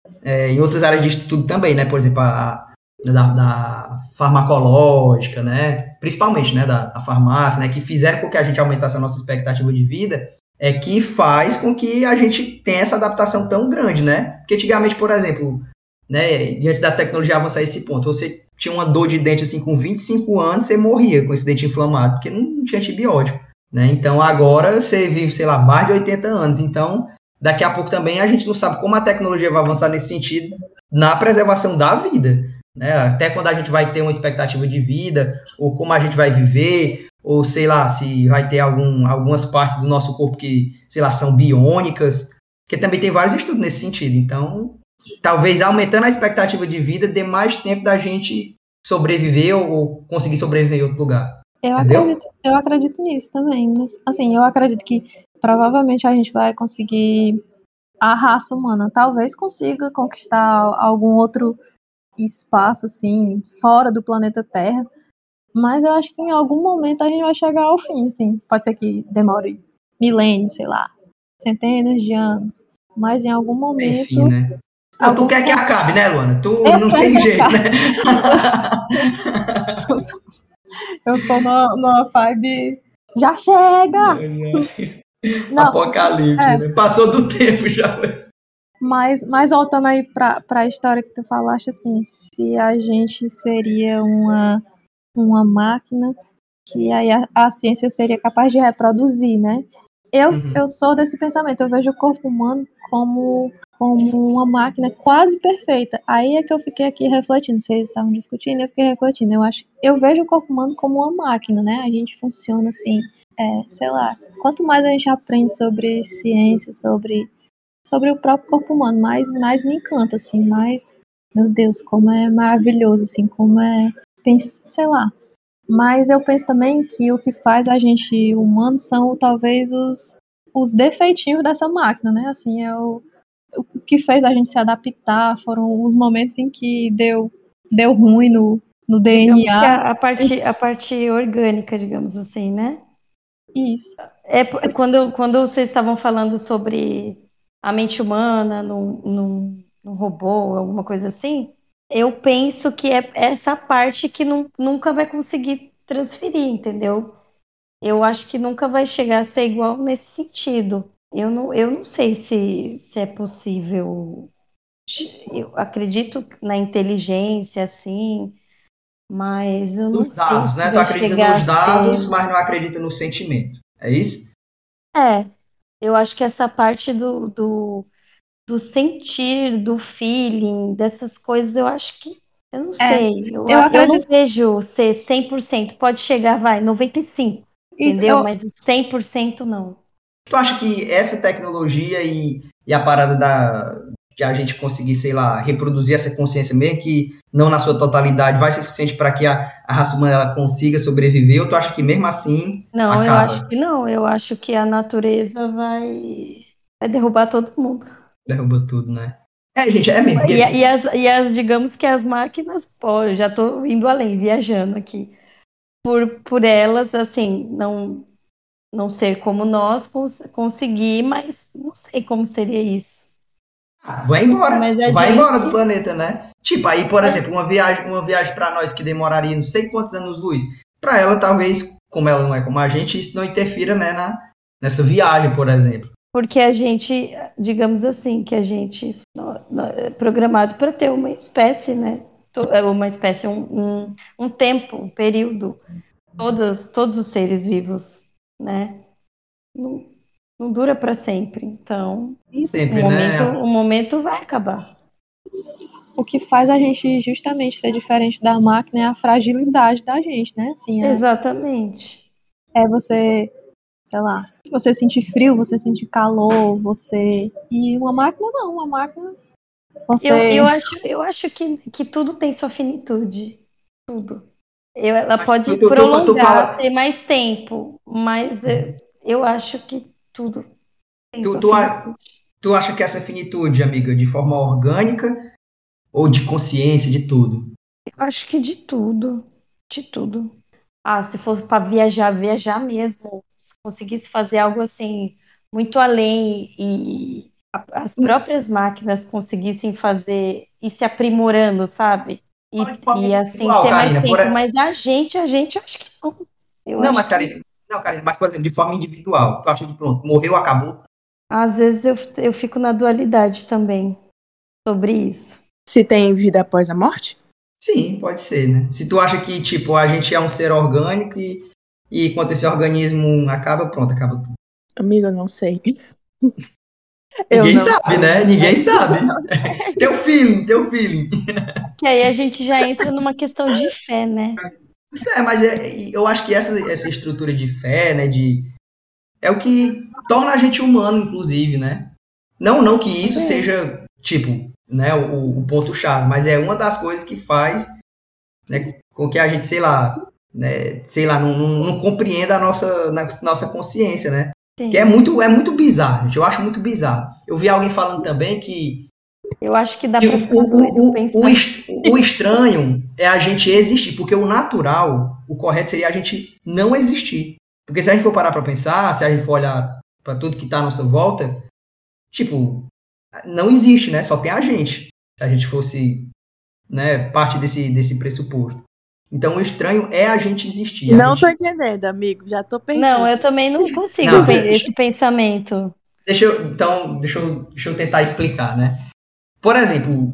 S1: em outras áreas de estudo também, né? Por exemplo, da farmacológica, né? Principalmente, né? Da farmácia, né? Que fizeram com que a gente aumentasse a nossa expectativa de vida, é que faz com que a gente tenha essa adaptação tão grande, né? Porque antigamente, por exemplo, né? E antes da tecnologia avançar a esse ponto, você tinha uma dor de dente assim com 25 anos, você morria com esse dente inflamado, porque não tinha antibiótico, né? Então agora você vive, sei lá, mais de 80 anos. Então, daqui a pouco também a gente não sabe como a tecnologia vai avançar nesse sentido na preservação da vida, né? Até quando a gente vai ter uma expectativa de vida, ou como a gente vai viver, ou sei lá, se vai ter algumas partes do nosso corpo que, sei lá, são biônicas, porque também tem vários estudos nesse sentido. Então, talvez aumentando a expectativa de vida dê mais tempo da gente sobreviver ou conseguir sobreviver em outro lugar. Entendeu?
S4: Eu acredito nisso também. Mas, assim, eu acredito que provavelmente a gente vai conseguir, a raça humana talvez consiga conquistar algum outro espaço, assim, fora do planeta Terra. Mas eu acho que em algum momento a gente vai chegar ao fim, assim. Pode ser que demore milênios, sei lá, centenas de anos. Mas em algum
S1: Enfim,
S4: momento.
S1: né? Não, tu quer que acabe, né, Luana? Tu não tem jeito, né?
S4: Eu tô numa vibe. Já chega! Não,
S1: Apocalipse, né? Passou do tempo já.
S4: mas voltando aí pra a história que tu falaste, assim, se a gente seria uma máquina que aí a ciência seria capaz de reproduzir, né? Eu sou desse pensamento, eu vejo o corpo humano como uma máquina quase perfeita. Aí é que eu fiquei aqui refletindo, vocês estavam discutindo, eu fiquei refletindo. Eu vejo o corpo humano como uma máquina, né? A gente funciona assim, sei lá. Quanto mais a gente aprende sobre ciência, sobre o próprio corpo humano, mais me encanta, assim, mais, meu Deus, como é maravilhoso, assim, como sei lá. Mas eu penso também que o que faz a gente humano são talvez os defeitinhos dessa máquina, né? Assim, o que fez a gente se adaptar foram os momentos em que deu ruim no
S3: Digamos que
S4: DNA.
S3: a parte orgânica, digamos assim, né?
S4: Isso.
S3: Quando vocês estavam falando sobre a mente humana num robô, alguma coisa assim, eu penso que é essa parte que nunca vai conseguir transferir, entendeu? Eu acho que nunca vai chegar a ser igual nesse sentido. Eu não sei se é possível. Eu acredito na inteligência, assim, mas eu não
S1: Nos
S3: sei
S1: dados,
S3: se
S1: né? Tu
S3: vai
S1: acredita
S3: chegar
S1: nos
S3: a ser.
S1: dados, mas não acredita no sentimento. É isso?
S3: É, eu acho que essa parte do sentir, do feeling, dessas coisas, eu acho que. Eu não sei.
S4: Eu
S3: Eu não
S4: acredito.
S3: vejo ser 100%. Pode chegar, vai, 95%,
S4: Isso,
S3: entendeu? Mas o 100% não.
S1: Tu acha que essa tecnologia e a parada de a gente conseguir, sei lá, reproduzir essa consciência, mesmo que não na sua totalidade, vai ser suficiente para que a raça humana ela consiga sobreviver? Ou tu acha que mesmo assim
S3: Não, eu acho
S1: acaba?
S3: que não. Eu acho que a natureza vai derrubar todo mundo.
S1: Derruba tudo, né? É, gente, é mesmo. Porque,
S3: Digamos que as máquinas, pô, eu já estou indo além, viajando aqui. Por elas, assim, não ser como nós conseguir, mas não sei como seria isso. Um pouquinho mais
S1: vai
S3: adiante.
S1: embora do planeta, né? Tipo, aí, por exemplo, uma viagem para nós que demoraria não sei quantos anos-luz, para ela talvez, como ela não é como a gente, isso não interfira, né, nessa viagem, por exemplo.
S3: Porque a gente, digamos assim, que a gente é programado para ter uma espécie, né? Uma espécie, um tempo, um período. Todos os seres vivos, né? Não, não dura para sempre. Então,
S1: Sempre, né?
S3: o momento vai acabar.
S4: O que faz a gente justamente ser diferente da máquina é a fragilidade da gente, né? Assim,
S3: Exatamente.
S4: você, sei lá, você sentir frio, você sentir calor, você. E uma máquina não, uma máquina. Você.
S3: Eu acho que tudo tem sua finitude. Tudo. Ela
S1: Mas
S3: pode
S1: tu
S3: prolongar,
S1: fala,
S3: ter mais tempo, mas eu acho que tudo tem
S1: tu,
S3: sua
S1: tu,
S3: finitude.
S1: tu acha que essa finitude, amiga, de forma orgânica ou de consciência, de tudo?
S3: Eu acho que de tudo. De tudo. Ah, se fosse para viajar, viajar mesmo. Se conseguisse fazer algo assim, muito além as próprias máquinas conseguissem fazer e se aprimorando, sabe?
S1: Fala de forma
S3: E assim,
S1: individual,
S3: ter mais
S1: Karina.
S3: tempo. Mas eu acho que não. Eu
S1: Não,
S3: acho
S1: mas,
S3: que
S1: Karina, não, Karina, mas, por exemplo, de forma individual. Tu acha que pronto, morreu, acabou?
S3: às vezes eu fico na dualidade também sobre isso.
S2: Se tem vida após a morte?
S1: Sim, pode ser, né? Se tu acha que, tipo, a gente é um ser orgânico e quando esse organismo acaba, pronto, acaba tudo.
S2: Amigo, eu não sei. Eu
S1: Ninguém
S2: não
S1: sabe,
S2: sei.
S1: né? Ninguém sabe. Teu feeling, teu feeling.
S3: Que aí a gente já entra numa questão de fé, né?
S1: Mas eu acho que essa estrutura de fé, né, é o que torna a gente humano, inclusive, né? Não que isso
S3: É.
S1: seja, tipo, né, o ponto-chave, mas é uma das coisas que faz, né, com que a gente, sei lá, não compreenda nossa consciência, né? Que
S3: Sim.
S1: é muito bizarro, gente. Eu acho muito bizarro. Eu vi alguém falando também que
S3: Eu acho que dá
S1: e
S3: pra ficar doido pensando.
S1: o estranho é a gente existir, porque o natural, o correto seria a gente não existir. Porque se a gente for parar para pensar, se a gente for olhar para tudo que está à nossa volta, tipo, não existe, né? Só tem a gente. Se a gente fosse, né, parte desse pressuposto. Então, o estranho é a gente existir. A
S2: Não tô
S1: gente...
S2: entendendo, amigo. Já tô
S3: Não,
S2: perdida.
S3: eu também não consigo
S1: Não,
S3: esse pensamento.
S1: deixa eu tentar explicar, né? Por exemplo,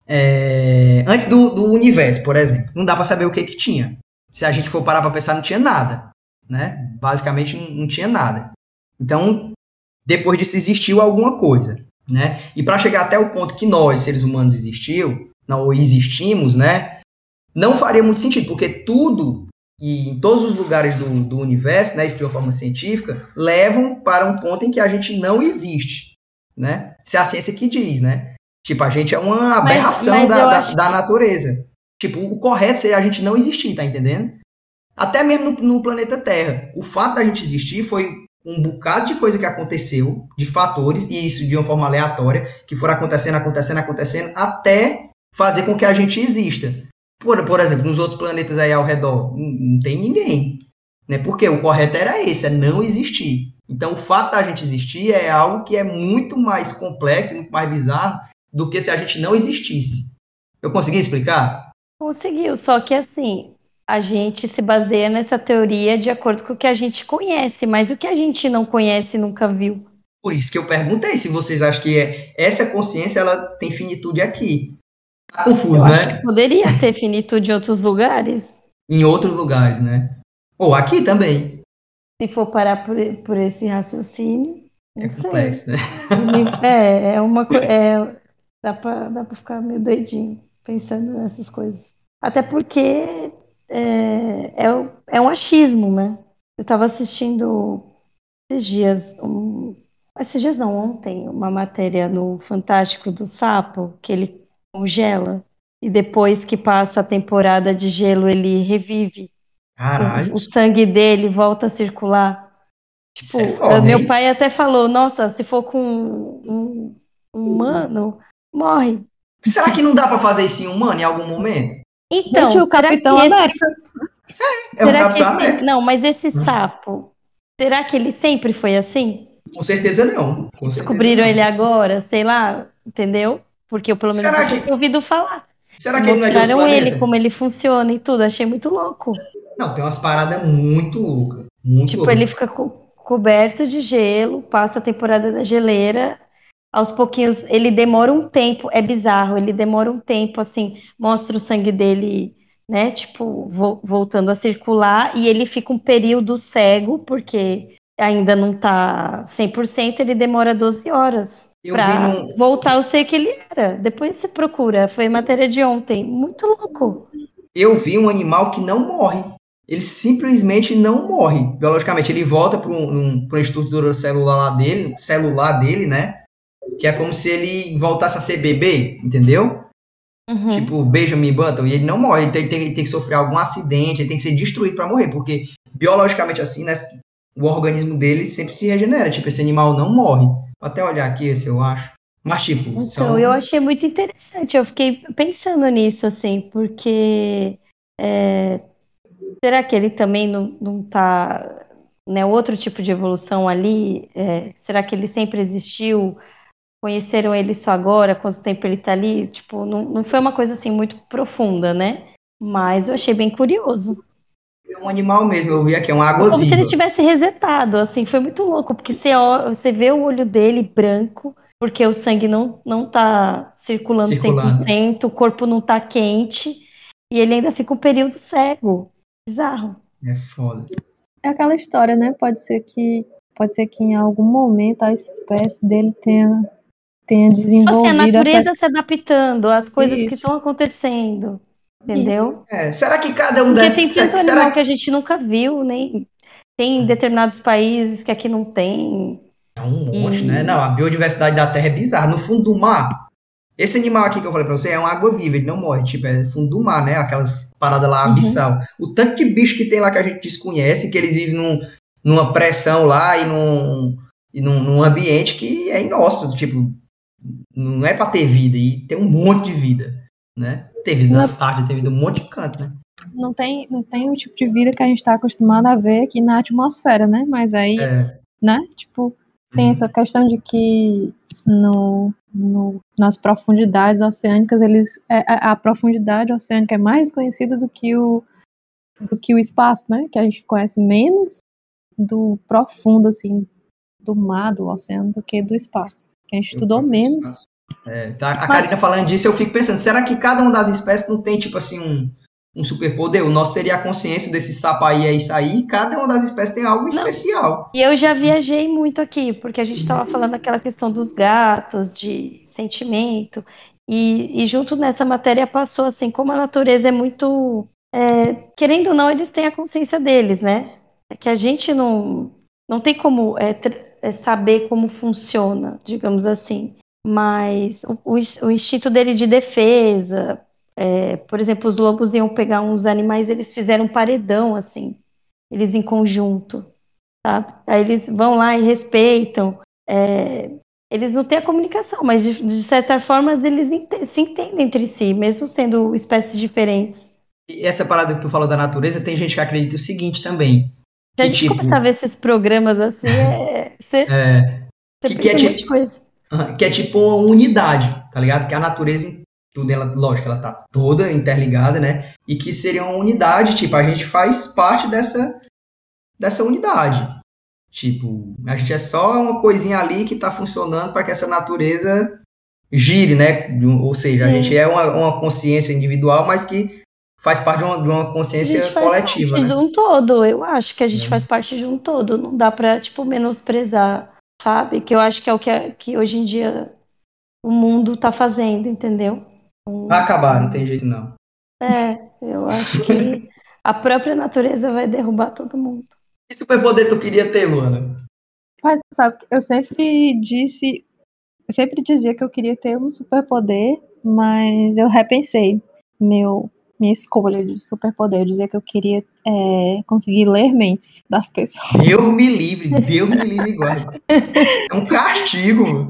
S1: antes do universo, por exemplo, não dá para saber o que tinha. Se a gente for parar para pensar, não tinha nada, né? Basicamente não tinha nada. Então, depois disso existiu alguma coisa, né? E para chegar até o ponto que nós, seres humanos, ou existimos, né? Não faria muito sentido, porque tudo e em todos os lugares do universo, né, isso de uma forma científica, levam para um ponto em que a gente não existe, né? Se é a ciência que diz, né? Tipo, a gente é uma aberração
S3: Mas eu acho
S1: da
S3: que
S1: natureza. Tipo, o correto seria a gente não existir, tá entendendo? Até mesmo no planeta Terra. O fato da gente existir foi um bocado de coisa que aconteceu, de fatores, e isso de uma forma aleatória, que foram acontecendo, até fazer com que a gente exista. Por exemplo, nos outros planetas aí ao redor, não tem ninguém. Né? Porque o correto era esse, é não existir. Então, o fato da gente existir é algo que é muito mais complexo, muito mais bizarro, do que se a gente não existisse. Eu consegui explicar?
S3: conseguiu, só que assim, a gente se baseia nessa teoria de acordo com o que a gente conhece, mas o que a gente não conhece e nunca viu.
S1: Por isso que eu perguntei se vocês acham que essa consciência ela tem finitude aqui. Tá
S3: Eu
S1: confuso,
S3: acho que
S1: né?
S3: poderia ter finitude em outros lugares,
S1: Em outros lugares, né? Ou aqui também.
S3: se for parar por esse raciocínio,
S1: É
S3: não sei.
S1: complexo, né?
S3: É uma coisa. Dá pra ficar meio doidinho pensando nessas coisas. Até porque é um achismo, né? Eu estava assistindo esses dias, esses dias não, ontem, uma matéria no Fantástico do Sapo, que ele congela e depois que passa a temporada de gelo ele revive.
S1: Caralho,
S3: O sangue dele volta a circular.
S1: isso é
S3: Tipo,
S1: foda,
S3: meu
S1: hein?
S3: pai até falou, nossa, se for com um humano, morre.
S1: Será que não dá pra fazer isso em humano em algum momento?
S3: Então,
S4: Gente, o Capitão América.
S1: É o Capitão América.
S3: não, mas esse sapo, será que ele sempre foi assim?
S1: Com certeza não. Com certeza
S3: Descobriram
S1: não.
S3: ele agora, sei lá, entendeu? Porque eu, pelo menos,
S1: Será
S3: nunca
S1: que,
S3: tinha ouvido falar. E
S1: será que ele não é de outro
S3: mostraram ele,
S1: planeta?
S3: como ele funciona e tudo, achei muito louco.
S1: Não, tem umas paradas muito loucas. Muito
S3: Tipo, ele
S1: loucas.
S3: fica coberto de gelo, passa a temporada da geleira, aos pouquinhos, ele demora um tempo, é bizarro, ele demora um tempo, assim, mostra o sangue dele, né, tipo, voltando a circular, e ele fica um período cego, porque ainda não tá 100%, ele demora 12 horas
S1: Eu vi
S3: pra
S1: num,
S3: voltar ao ser que ele era. Depois você procura, foi matéria de ontem, muito louco.
S1: eu vi um animal que não morre. Ele simplesmente não morre. Biologicamente, ele volta para uma estrutura celular dele, né? Que é como se ele voltasse a ser bebê, entendeu?
S3: Uhum.
S1: Tipo, Benjamin Button, e ele não morre, ele tem que sofrer algum acidente, ele tem que ser destruído para morrer, porque biologicamente assim, né, o organismo dele sempre se regenera, tipo, esse animal não morre. Vou até olhar aqui esse eu acho. Mas, tipo,
S3: Então, eu
S1: são.
S3: achei muito interessante, eu fiquei pensando nisso, assim, porque será que ele também não tá, né, outro tipo de evolução ali? Será que ele sempre existiu conheceram ele só agora, quanto tempo ele tá ali, tipo, não foi uma coisa assim muito profunda, né? Mas eu achei bem curioso.
S1: É um animal mesmo, eu vi aqui, é uma água
S3: Como se ele
S1: viva.
S3: tivesse resetado, assim, foi muito louco, porque você vê o olho dele branco, porque o sangue não tá circulando
S1: Circulando.
S3: 100%, o corpo não tá quente, e ele ainda fica um período cego. Bizarro.
S1: É foda.
S4: É aquela história, né? Pode ser que em algum momento a espécie dele tenha
S3: Tipo assim, a
S4: desenvolvido essa.
S3: natureza se adaptando às coisas que
S4: Isso,
S3: estão acontecendo,
S4: isso.
S3: entendeu?
S1: Será que cada um
S3: Porque tem tanto animal que
S1: será
S3: a gente nunca viu, nem tem em determinados países que aqui não tem.
S1: é um monte, né? Não,
S3: E
S1: a biodiversidade da Terra é bizarra. No fundo do mar, esse animal aqui que eu falei pra você é uma água viva, ele não morre, tipo, é fundo do mar, né? Aquelas paradas lá
S3: Uhum.
S1: abissal. O tanto de bicho que tem lá que a gente desconhece, que eles vivem numa pressão lá num ambiente que é inóspito, tipo, não é pra ter vida, e tem um monte de vida, né? Tem vida
S4: Não,
S1: na Antártida, tem vida em um monte de canto, né?
S4: não tem o tipo de vida que a gente está acostumado a ver aqui na atmosfera, né? Mas aí,
S1: É,
S4: né? Tipo, tem essa questão de que nas profundidades oceânicas, a profundidade oceânica é mais conhecida do que o espaço, né? Que a gente conhece menos do profundo, assim, do mar, do oceano, do que do espaço. Que a gente
S1: o
S4: estudou
S1: próprio
S4: menos.
S1: espaço. Tá, a
S4: Mas,
S1: Karina falando disso, eu fico pensando, será que cada uma das espécies não tem, tipo assim, um superpoder? O nosso seria a consciência desse sapo aí, é isso aí, e cada uma das espécies tem algo
S3: não,
S1: especial.
S3: e eu já viajei muito aqui, porque a gente estava falando aquela questão dos gatos, de sentimento, e junto nessa matéria passou assim, como a natureza é muito. Querendo ou não, eles têm a consciência deles, né? É que a gente não tem como saber como funciona, digamos assim. Mas o instinto dele de defesa, por exemplo, os lobos iam pegar uns animais, eles fizeram um paredão, assim, eles em conjunto, sabe? Aí eles vão lá e respeitam. Eles não têm a comunicação, mas de certa forma eles se entendem entre si, mesmo sendo espécies diferentes.
S1: E essa parada que tu falou da natureza, tem gente que acredita o seguinte também,
S3: Se a
S1: que
S3: gente começar a
S1: tipo,
S3: ver esses programas assim, você
S1: que é
S3: pensa em um monte de
S1: tipo,
S3: coisa.
S1: que é tipo uma unidade, tá ligado? Que a natureza, tudo, ela, lógico, ela tá toda interligada, né? E que seria uma unidade, tipo, a gente faz parte dessa unidade. Tipo, a gente é só uma coisinha ali que está funcionando para que essa natureza gire, né? Ou seja, a gente
S3: Sim.
S1: é uma consciência individual, mas que faz parte de uma
S3: A gente
S1: consciência
S3: faz
S1: coletiva,
S3: parte de
S1: né?
S3: um todo. Eu acho que a gente faz
S1: É.
S3: parte de um todo. Não dá pra, tipo, menosprezar, sabe? Que eu acho que é o que hoje em dia o mundo tá fazendo, entendeu?
S1: Vai acabar, não tem jeito não.
S3: Eu acho que a própria natureza vai derrubar todo mundo.
S1: Que superpoder tu queria ter, Luana?
S4: mas sabe, eu sempre dizia que eu queria ter um superpoder, mas eu repensei minha escolha de superpoder. Eu dizia que eu queria conseguir ler mentes das pessoas.
S1: Deus me livre e guarde. É um castigo.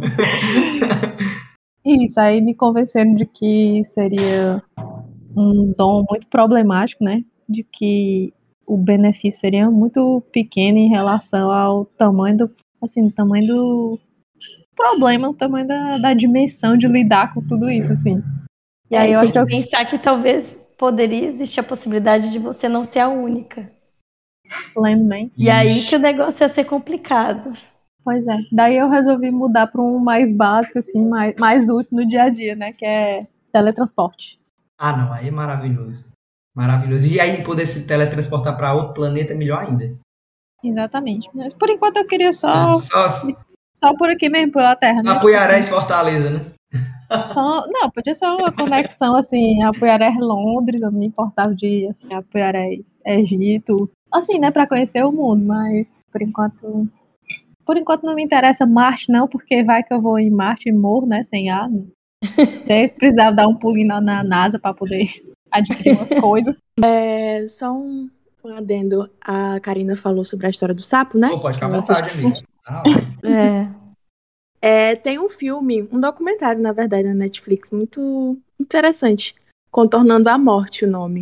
S4: Isso, aí me convenceram de que seria um dom muito problemático, né? De que o benefício seria muito pequeno em relação ao tamanho do problema, o tamanho da dimensão de lidar com tudo isso, assim. E aí
S3: E
S4: eu
S3: tem
S4: acho que
S3: que
S4: eu
S3: pensar que talvez poderia existir a possibilidade de você não ser a única.
S4: lendo mentes.
S3: E aí que
S1: Ixi.
S3: o negócio ia ser complicado.
S4: Pois é. Daí eu resolvi mudar para um mais básico, assim, mais útil no dia a dia, né? Que é teletransporte.
S1: Ah, não, aí é maravilhoso. Maravilhoso. E aí poder se teletransportar para outro planeta é melhor ainda.
S4: Exatamente. Mas por enquanto eu queria
S1: Só,
S4: só por aqui mesmo, pela Terra,
S1: só
S4: né? Tipo
S1: Apuiarés
S4: assim,
S1: e Fortaleza, né?
S4: não, podia ser uma conexão assim, Apuiarés Londres, eu não me importava de assim, Apuiarés Egito, assim, né, para conhecer o mundo, mas por enquanto não me interessa Marte não, porque vai que eu vou em Marte e morro, né, sem ar. Você precisava dar um pulinho na NASA para poder adquirir umas coisas.
S2: Só um adendo. A Karina falou sobre a história do sapo, né?
S1: Pô, pode
S2: Que
S1: ficar à
S2: ela
S1: vontade,
S2: assistiu.
S1: amigo. Tá ótimo.
S2: Tem um filme, um documentário, na verdade, na Netflix, muito interessante. Contornando a Morte, o nome.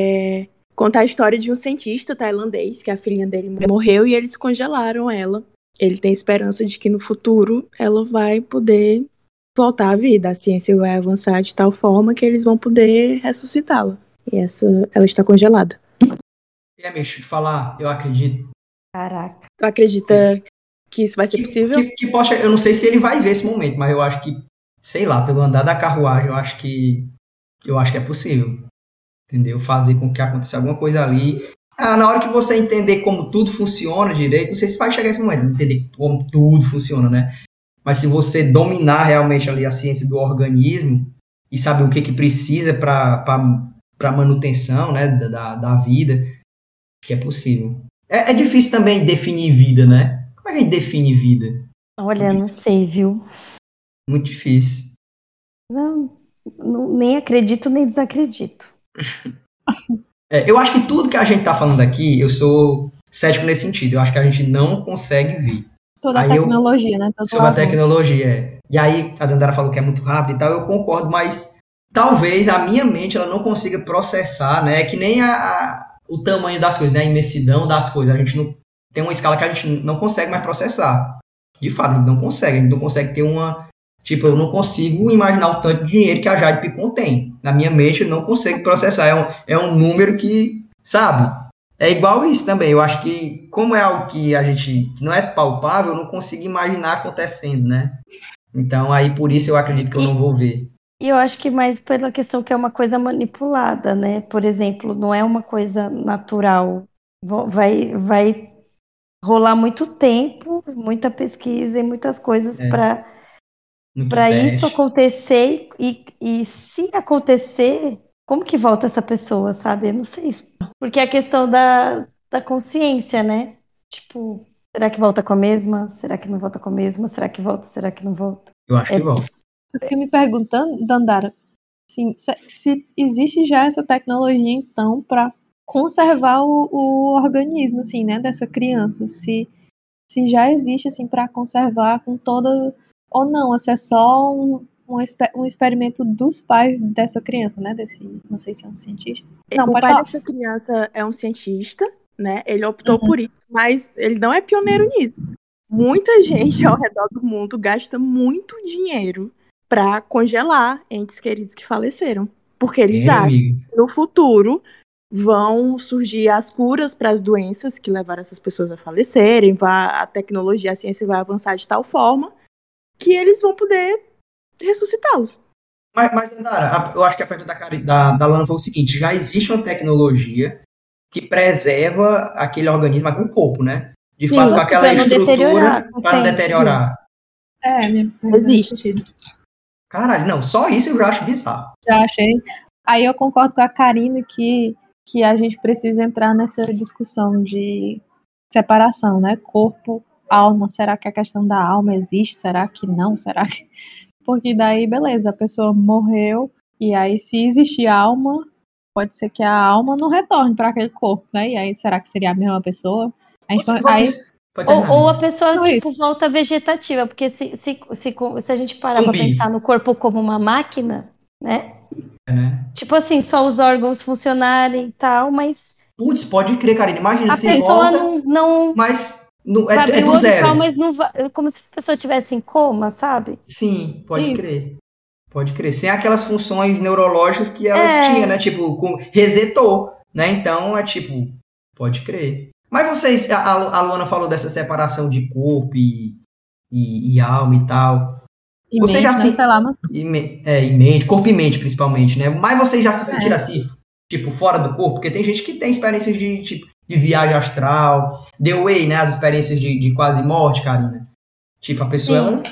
S2: Conta a história de um cientista tailandês, que a filhinha dele morreu e eles congelaram ela ele tem esperança de que no futuro ela vai poder voltar à vida. A ciência vai avançar de tal forma que eles vão poder ressuscitá-la. E ela está congelada.
S1: Deixa eu te falar, eu acredito.
S3: Caraca.
S2: Tu acredita que isso vai ser possível?
S1: Eu não sei se ele vai ver esse momento, mas eu acho que, sei lá, pelo andar da carruagem, eu acho que é possível. Entendeu? Fazer com que aconteça alguma coisa ali. Na hora que você entender como tudo funciona direito, não sei se vai chegar esse momento, entender como tudo funciona, né? Mas se você dominar realmente ali a ciência do organismo e saber o que precisa para manutenção, né, da vida, acho que é possível. É difícil também definir vida, né? Como é que a gente define vida?
S3: Olha, não sei, viu?
S1: Muito difícil.
S3: Não, nem acredito, nem desacredito.
S1: Eu acho que tudo que a gente tá falando aqui, eu sou cético nesse sentido. Eu acho que a gente não consegue ver.
S4: Toda a tecnologia, né?
S1: Sobre a tecnologia, E aí, a Dandara falou que é muito rápido e tal, eu concordo, mas talvez a minha mente ela não consiga processar, né? É que nem o tamanho das coisas, né? A imensidão das coisas. A gente não tem uma escala que a gente não consegue mais processar. De fato, a gente não consegue ter uma... Tipo, eu não consigo imaginar o tanto de dinheiro que a Jade Picon tem. Na minha mente, eu não consigo processar. É um número que, sabe? É igual isso também. Eu acho que, como é algo que a gente que não é palpável, eu não consigo imaginar acontecendo, né? Então, aí por isso eu acredito que eu não vou ver.
S3: E eu acho que mais pela questão que é uma coisa manipulada, né? Por exemplo, não é uma coisa natural. Vai rolar muito tempo, muita pesquisa e muitas coisas para isso acontecer. E se acontecer, como que volta essa pessoa, sabe? Eu não sei. Porque é a questão da consciência, né? Tipo, será que volta com a mesma? Será que não volta com a mesma? Será que volta? Será que não volta?
S1: Eu acho que volta.
S4: Eu fiquei me perguntando, Dandara, assim, se existe já essa tecnologia, então, para conservar o organismo, assim, né, dessa criança. Se já existe, assim, para conservar com toda... Ou não, se é só um experimento dos pais dessa criança, né? Não sei se é um cientista. Não,
S2: o
S4: pode
S2: pai
S4: falar.
S2: dessa criança é um cientista, né? Ele optou por isso, mas ele não é pioneiro nisso. Muita gente ao redor do mundo gasta muito dinheiro para congelar entes queridos que faleceram. Porque eles acham que no futuro vão surgir as curas para as doenças que levaram essas pessoas a falecerem, a tecnologia, a ciência vai avançar de tal forma que eles vão poder ressuscitá-los.
S1: Mas Dandara, eu acho que a pergunta da Lana foi o seguinte: já existe uma tecnologia que preserva aquele organismo, aquele corpo, né? De fato, com aquela estrutura para não deteriorar.
S2: Existe.
S1: Caralho, não, só isso eu já acho bizarro.
S4: Já achei. Aí eu concordo com a Karina que a gente precisa entrar nessa discussão de separação, né? Corpo, alma. Será que a questão da alma existe? Será que não? Será que... Porque daí, beleza, a pessoa morreu, e aí se existir alma, pode ser que a alma não retorne para aquele corpo, né? E aí, será que seria a mesma pessoa?
S3: Ou a pessoa, volta vegetativa, porque se a gente parar para pensar no corpo como uma máquina, né? Tipo assim, só os órgãos funcionarem e tal, mas...
S1: Putz, pode crer, Karine, imagina se
S3: volta... A
S1: pessoa
S3: não...
S1: Mas é do zero.
S3: Tal, mas não vai, como se a pessoa estivesse em coma, sabe?
S1: Sim, pode crer. Pode crer. Sem aquelas funções neurológicas que ela tinha, né? Tipo, resetou, né? Então, pode crer. Mas vocês, a Luana falou dessa separação de corpo e alma e tal.
S4: E vocês mente, já sei lá, mas...
S1: e mente, corpo e mente, principalmente, né? Mas vocês já se sentiram assim, tipo, fora do corpo? Porque tem gente que tem experiências de viagem astral, The Way, né? As experiências de quase morte, Karina. Tipo, a pessoa, ela,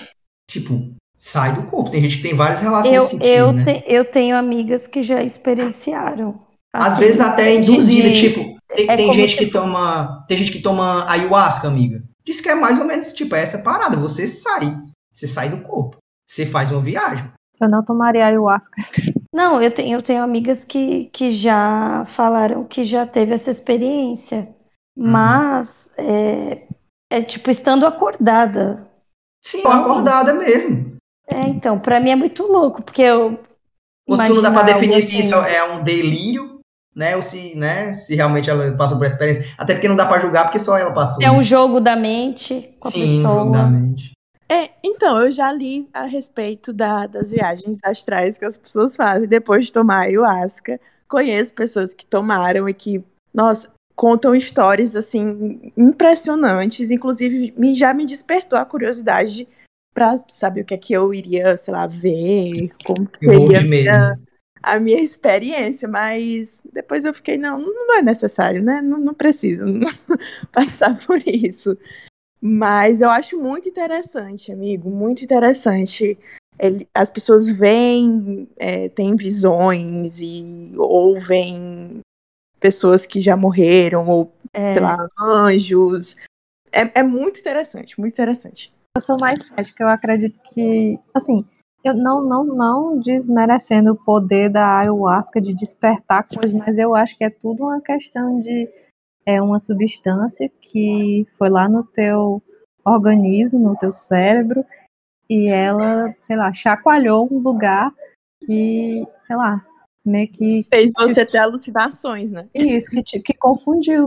S1: sai do corpo. Tem gente que tem várias relações nesse sentido, né?
S3: Eu tenho amigas que já experienciaram.
S1: Às vezes até induzida, tipo, tem gente que toma ayahuasca, amiga. Diz que é mais ou menos, tipo, é essa parada. Você sai do corpo. Você faz uma viagem.
S4: Eu não tomaria ayahuasca.
S3: Não, eu tenho amigas que já falaram que já teve essa experiência. Mas tipo, estando acordada.
S1: Sim, acordada mesmo.
S3: Então, pra mim é muito louco, porque eu...
S1: Ou se tu não dá pra definir se isso é um delírio né? Ou se realmente ela passou por essa experiência. Até porque não dá pra julgar, porque só ela passou.
S3: É
S1: né?
S3: um jogo da mente com a
S1: Sim, um jogo da
S3: pessoa.
S1: mente.
S2: Então, eu já li a respeito das viagens astrais que as pessoas fazem depois de tomar ayahuasca. Conheço pessoas que tomaram e que, nossa, contam histórias, assim, impressionantes. Inclusive, já me despertou a curiosidade para saber o que é que eu iria, sei lá, ver, como que
S1: Eu morro
S2: seria
S1: de medo.
S2: a minha experiência. Mas depois eu fiquei, não é necessário, né? Não preciso passar por isso. Mas eu acho muito interessante, amigo, muito interessante. As pessoas veem, têm visões e ouvem pessoas que já morreram, ou, sei lá, anjos. É muito interessante, muito interessante.
S4: Eu sou mais cética, eu acredito que, assim, eu não desmerecendo o poder da ayahuasca de despertar coisas, mas eu acho que é tudo uma questão de uma substância que foi lá no teu organismo, no teu cérebro, e ela, sei lá, chacoalhou um lugar que, sei lá, meio que
S2: Fez você ter alucinações, né?
S4: isso, que confundiu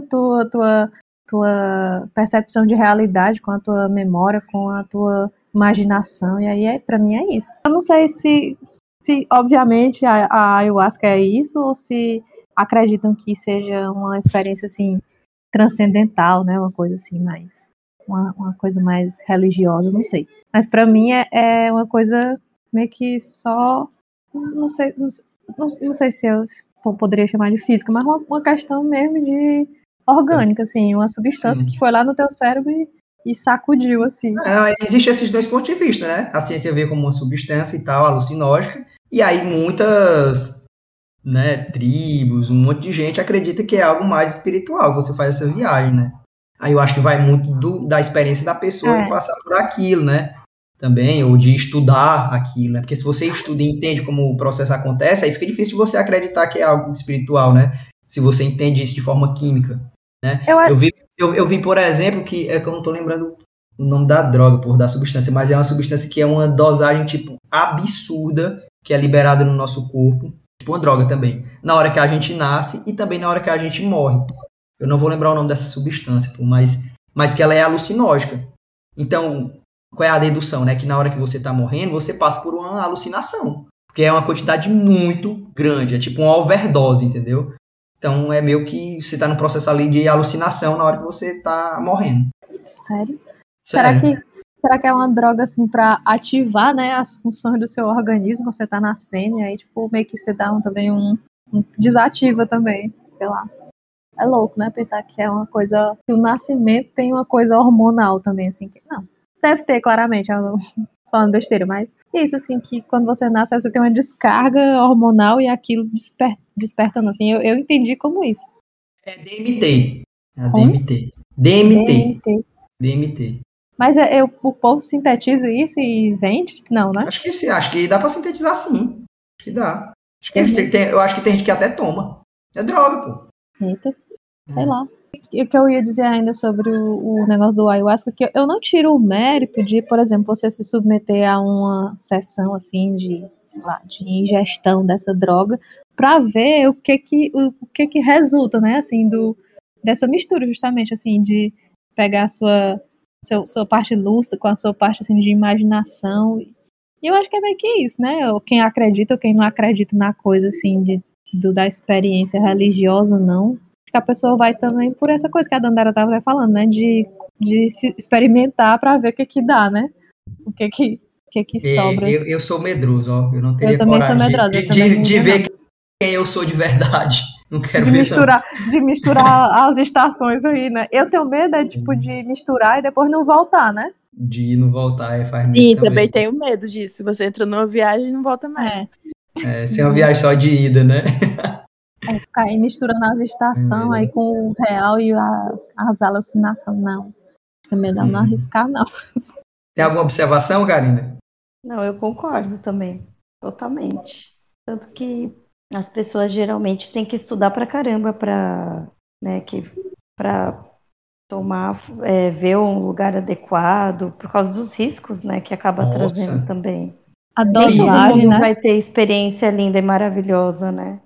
S4: tua percepção de realidade com a tua memória, com a tua imaginação, e aí, pra mim, é isso. Eu não sei se obviamente, a ayahuasca é isso, ou se acreditam que seja uma experiência, assim, transcendental, né, uma coisa assim, mais, uma coisa mais religiosa, não sei. Mas pra mim é uma coisa meio que só, não sei, não sei se eu poderia chamar de física, mas uma questão mesmo de orgânica, assim, uma substância
S1: Sim.
S4: que foi lá no teu cérebro e sacudiu, assim.
S1: Existem esses dois pontos de vista, né? A ciência vê como uma substância e tal, alucinógena, e aí muitas, né, tribos, um monte de gente acredita que é algo mais espiritual, você faz essa viagem, né? Aí eu acho que vai muito da experiência da pessoa de passar por aquilo, né? Também, ou de estudar aquilo, né? Porque se você estuda e entende como o processo acontece, aí fica difícil de você acreditar que é algo espiritual, né? Se você entende isso de forma química, né? Eu vi, por exemplo, que eu não tô lembrando o nome da droga, da substância, mas é uma substância que é uma dosagem, tipo, absurda, que é liberada no nosso corpo, tipo uma droga também, na hora que a gente nasce e também na hora que a gente morre. Eu não vou lembrar o nome dessa substância, mas que ela é alucinógena. Então, qual é a dedução, né? Que na hora que você está morrendo, você passa por uma alucinação, porque é uma quantidade muito grande, é tipo uma overdose, entendeu? Então, é meio que você está no processo ali de alucinação na hora que você está morrendo.
S4: Sério?
S1: Sério.
S4: Será que é uma droga, assim, pra ativar, né, as funções do seu organismo quando você tá nascendo, e aí, tipo, meio que você dá também um desativa também, sei lá. É louco, né, pensar que é uma coisa, que o nascimento tem uma coisa hormonal também, assim, que não. Deve ter, claramente, falando besteira, mas isso, assim, que quando você nasce, você tem uma descarga hormonal e aquilo despertando, assim, eu entendi como isso.
S1: É DMT.
S4: Como?
S1: DMT. DMT.
S4: Mas o povo sintetiza isso e vende? Não, né?
S1: Acho que sim, acho que dá pra sintetizar sim. Acho que dá. Eu acho que tem gente que até toma. É droga, pô.
S4: Eita, sei lá. E o que eu ia dizer ainda sobre o negócio do ayahuasca, que eu não tiro o mérito de, por exemplo, você se submeter a uma sessão assim de, sei lá, de ingestão dessa droga para ver o que que resulta, né, assim, dessa mistura justamente assim de pegar a sua parte lúcida com a sua parte assim de imaginação. E eu acho que é meio que isso, né? Ou quem acredita ou quem não acredita na coisa assim da experiência religiosa ou não, que a pessoa vai também por essa coisa que a Dandara estava falando, né? De se experimentar para ver o que que dá, né? O que que sobra.
S1: Eu sou medroso, ó. Eu não
S4: Eu
S1: teria
S4: também sou
S1: coragem
S4: medrosa, eu também não
S1: de
S4: iria,
S1: ver
S4: não.
S1: quem eu sou de verdade. Não quero
S4: De
S1: ver, não.
S4: misturar as estações aí, né? Eu tenho medo, tipo, de misturar e depois não voltar, né?
S1: De não voltar, faz medo
S2: Sim,
S1: também.
S2: também tenho medo disso. Se você entra numa viagem, não volta mais.
S1: Ser uma viagem só de ida, né?
S4: Ficar aí misturando as estações aí com o real e as alucinações, não. É melhor não arriscar, não.
S1: Tem alguma observação, Karina?
S3: Não, eu concordo também, totalmente. Tanto que as pessoas geralmente têm que estudar pra caramba para, né, para tomar, ver um lugar adequado, por causa dos riscos, né, que acaba trazendo também.
S4: A
S3: Nem todo
S4: dosagem,
S3: mundo
S4: né?
S3: vai ter experiência linda e maravilhosa, né?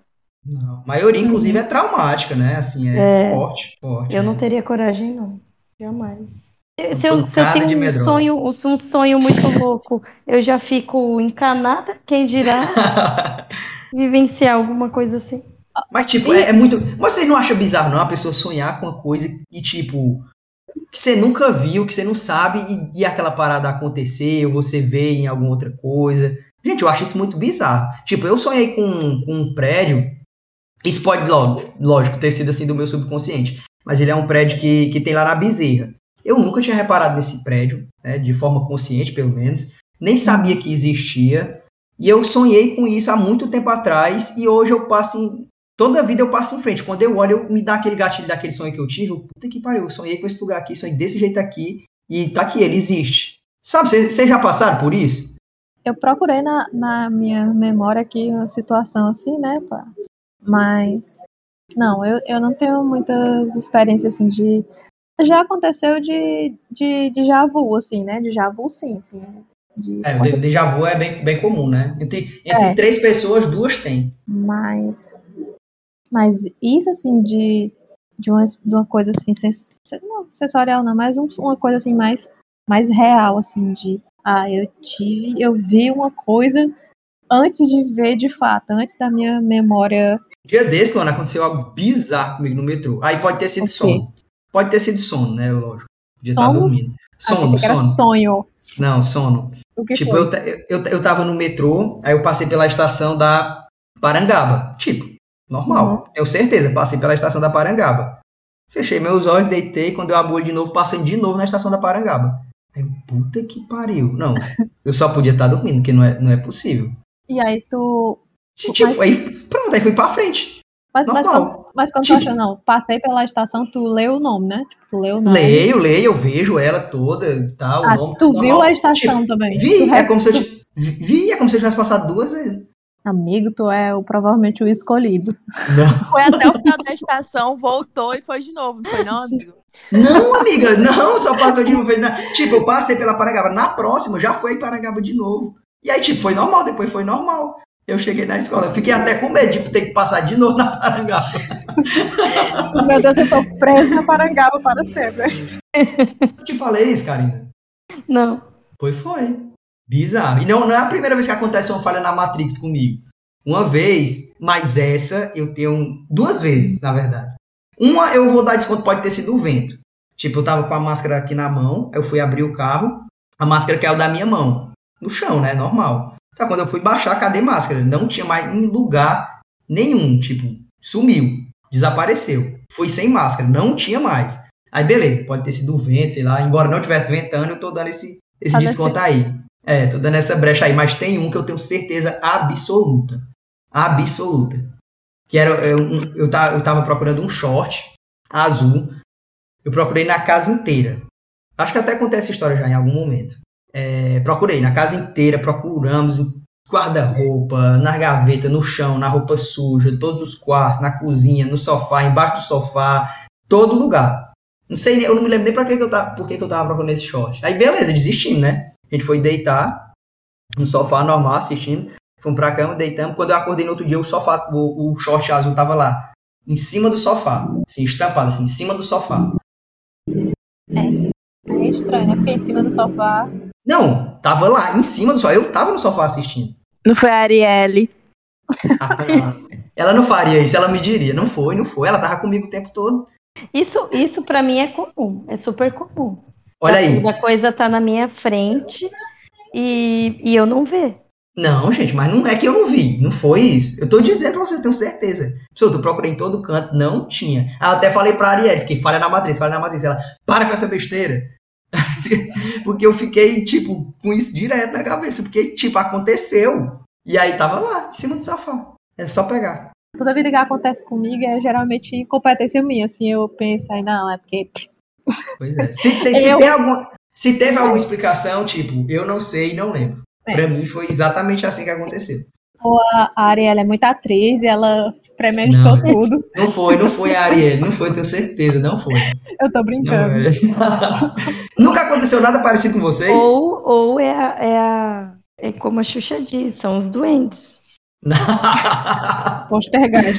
S1: Não. A maioria, inclusive, é traumática, né? Assim, é forte,
S3: Eu não
S1: né?
S3: teria coragem, não. Jamais.
S1: Uma
S3: Se eu
S1: pancada
S3: tenho
S1: de medrosa.
S3: um sonho muito louco, eu já fico encanada, quem dirá vivenciar alguma coisa assim.
S1: Mas, tipo,
S4: E
S1: é muito. Vocês não acham bizarro, não? A pessoa sonhar com uma coisa e, tipo, que você nunca viu, que você não sabe, e aquela parada acontecer, ou você vê em alguma outra coisa. Gente, eu acho isso muito bizarro. Tipo, eu sonhei com um prédio. Isso pode, lógico, ter sido assim do meu subconsciente. Mas ele é um prédio que tem lá na Bezerra. Eu nunca tinha reparado nesse prédio, né, de forma consciente, pelo menos. Nem sabia que existia. E eu sonhei com isso há muito tempo atrás. E hoje eu passo em. Toda a vida eu passo em frente. Quando eu olho, me dá aquele gatilho daquele sonho que eu tive. Puta que pariu, eu sonhei com esse lugar aqui, sonhei desse jeito aqui. E tá aqui, ele existe. Sabe, vocês já passaram por isso?
S4: eu procurei na minha memória aqui uma situação assim, né, pá? Mas não, eu não tenho muitas experiências assim de. Já aconteceu de déjà vu, assim, né? Déjà vu, sim, assim.
S1: O déjà vu é bem comum, né? Entre
S4: É,
S1: 3 pessoas, 2 têm.
S4: mas isso, assim, de uma coisa assim, não sensorial não, mas uma coisa assim mais real, assim, eu vi uma coisa antes de ver de fato, antes da minha memória.
S1: Dia desse, Luana, aconteceu algo bizarro comigo no metrô. Aí pode ter sido
S4: O quê?
S1: sono. Pode ter sido sono, né? Lógico. Podia estar
S4: Sono?
S1: dormindo.
S4: Ah, pensei
S1: Sono,
S4: que era
S1: sono.
S4: sonho.
S1: Não, sono.
S4: O que
S1: Tipo,
S4: foi?
S1: eu tava no metrô, aí eu passei pela estação da Parangaba. Tipo,
S4: Uhum.
S1: normal. Tenho certeza, passei pela estação da Parangaba. Fechei meus olhos, deitei, quando eu abri o olho de novo, passei de novo na estação da Parangaba. Aí, puta que pariu. Não, eu só podia estar dormindo, porque não é possível.
S4: E aí
S1: Tipo, aí pronto, aí fui pra frente.
S4: mas quando,
S1: Normal.
S4: mas quando tu
S1: Tipo,
S4: achou, não, passei pela estação, tu leu o nome, né? Tipo, tu leu o nome.
S1: leio, eu vejo ela toda e tal, o
S4: Ah,
S1: nome,
S4: tu viu a
S1: normal.
S4: estação
S1: Tipo,
S4: também.
S1: vi, é como se eu tivesse passado 2 vezes.
S4: Amigo, tu é provavelmente o escolhido.
S1: Não.
S2: Foi até o final da estação, voltou e foi de novo, não foi não, amigo?
S1: Não, amiga, não, só passou de novo. Tipo, eu passei pela Parangaba. Na próxima, já foi Parangaba de novo. E aí, tipo, foi normal, depois foi normal. Eu cheguei na escola, eu fiquei até com medo de ter que passar de novo na Parangaba.
S4: Meu Deus, eu tô preso na Parangaba para sempre.
S1: Eu te falei isso, Karina.
S3: Não.
S1: Foi. Bizarro. E não é a primeira vez que acontece uma falha na Matrix comigo. Uma vez, mas essa eu tenho 2 vezes, na verdade. Uma eu vou dar desconto, pode ter sido o vento. Tipo, eu tava com a máscara aqui na mão, eu fui abrir o carro, a máscara caiu da minha mão. No chão, né? Normal. Então, quando eu fui baixar, cadê a máscara? Não tinha mais em lugar nenhum. Tipo, sumiu. Desapareceu. Fui sem máscara, não tinha mais. Aí, beleza, pode ter sido o vento, sei lá. Embora não tivesse ventando, eu tô dando esse desconto aí. Tô dando essa brecha aí. Mas tem um que eu tenho certeza absoluta. Absoluta. Que era, eu tava procurando um short azul. Eu procurei na casa inteira. Acho que até contei essa história já em algum momento. Procurei na casa inteira, procuramos no guarda-roupa, na gaveta, no chão, na roupa suja, todos os quartos, na cozinha, no sofá, embaixo do sofá, todo lugar. Não sei, eu não me lembro nem por que eu tava procurando esse short. Aí beleza, desistimos, né? A gente foi deitar no sofá normal, assistindo. Fomos pra cama, deitamos. Quando eu acordei no outro dia, o short azul tava lá, em cima do sofá. Assim, estampado, assim, em cima do sofá.
S4: É estranho, né? Porque em cima do sofá.
S1: Não, tava lá, em cima do sofá. Eu tava no sofá assistindo.
S2: Não foi a Arielle.
S1: Ela não faria isso, ela me diria. Não foi. Ela tava comigo o tempo todo.
S3: Isso para mim é comum, é super comum.
S1: Olha aí.
S3: A coisa tá na minha frente e eu não ver.
S1: Não, gente, mas não é que eu não vi. Não foi isso. Eu tô dizendo pra você, eu tenho certeza. Eu procurei em todo canto, não tinha. Eu até falei pra Arielle, fiquei, falha na matriz. Ela, para com essa besteira. Porque eu fiquei, tipo, com isso direto na cabeça. Porque, tipo, aconteceu. E aí tava lá, em cima do sofá. É só pegar.
S4: Toda vida que acontece comigo é geralmente incompetência minha. Assim, eu penso aí, não, é porque.
S1: Pois é. Se teve alguma explicação, tipo, eu não sei e não lembro. Pra mim foi exatamente assim que aconteceu.
S4: Ou a Ariela é muito atriz e ela premeditou tudo.
S1: Não foi a Arielle, não foi, tenho certeza, não foi.
S4: Eu tô brincando.
S1: Nunca aconteceu nada parecido com vocês?
S3: Ou é como a Xuxa diz, são os duendes.
S4: Postergasta.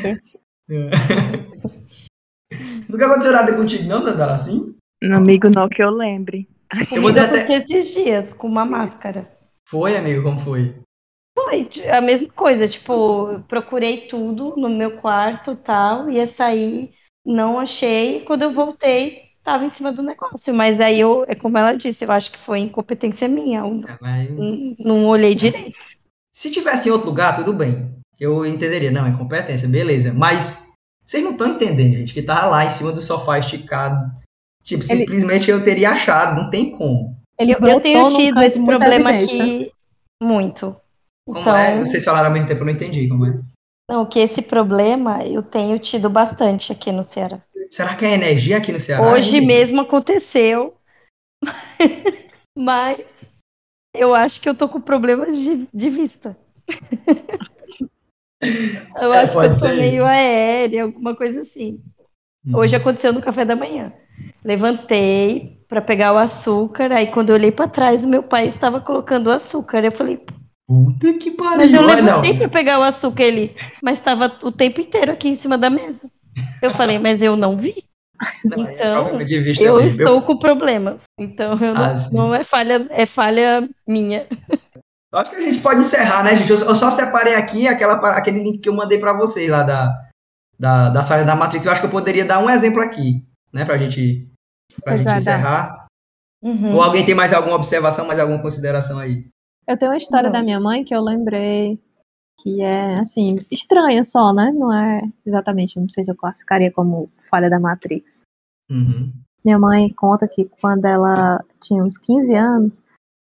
S1: Nunca aconteceu nada contigo, não, Dandara, assim?
S2: Amigo, não que eu lembre.
S1: Eu vou
S3: Comigo
S1: até...
S3: aconteceu esses dias, com uma máscara.
S1: Foi, amigo, como foi?
S3: Foi a mesma coisa, tipo, eu procurei tudo no meu quarto e tal, ia sair, não achei. Quando eu voltei, tava em cima do negócio. Mas aí é como ela disse, eu acho que foi incompetência minha. Eu
S1: Mas...
S3: não olhei direito.
S1: Se tivesse em outro lugar, tudo bem. Eu entenderia, não, é competência, beleza. Mas vocês não estão entendendo, gente, que tava lá em cima do sofá esticado. Tipo,
S4: Ele-
S1: simplesmente eu teria achado, não tem como.
S4: Ele
S3: Eu tenho
S4: brotou num
S3: tido
S4: canto
S3: esse
S4: muito
S3: problema
S4: evidente, né?
S3: aqui muito.
S1: Como é?
S3: Então,
S1: Vocês falaram ao mesmo tempo, eu não entendi como é.
S3: não, que esse problema eu tenho tido bastante aqui no Ceará.
S1: Será que é energia aqui no Ceará, hein,
S3: Hoje
S1: gente?
S3: mesmo aconteceu, mas eu acho que eu tô com problemas de vista. Eu
S1: É,
S3: acho que
S1: pode
S3: eu tô
S1: ser
S3: meio
S1: isso.
S3: aérea, alguma coisa assim. Hoje aconteceu no café da manhã. Levantei para pegar o açúcar, aí quando eu olhei para trás, o meu pai estava colocando o açúcar. Eu falei,
S1: Puta que
S3: mas eu
S1: pariu, olha
S3: levantei para
S1: não.
S3: pegar o açúcar, mas estava o tempo inteiro aqui em cima da mesa. Eu falei, mas eu não vi.
S1: Não, aí é problema
S3: Então,
S1: de vista
S3: eu
S1: mesmo.
S3: estou com problemas. Então, eu não
S1: Assim.
S3: é falha minha.
S1: Eu acho que a gente pode encerrar, né, gente? Eu só separei aqui aquele link que eu mandei pra vocês lá das falhas da Matrix. Eu acho que eu poderia dar um exemplo aqui, né, pra gente
S4: Pois vai dar.
S1: encerrar. Ou
S3: Uhum.
S1: alguém tem mais alguma observação, mais alguma consideração aí?
S4: Eu tenho uma história da minha mãe que eu lembrei que é, assim, estranha só, né? Não é exatamente, não sei se eu classificaria como falha da Matrix.
S1: Uhum.
S4: Minha mãe conta que quando ela tinha uns 15 anos,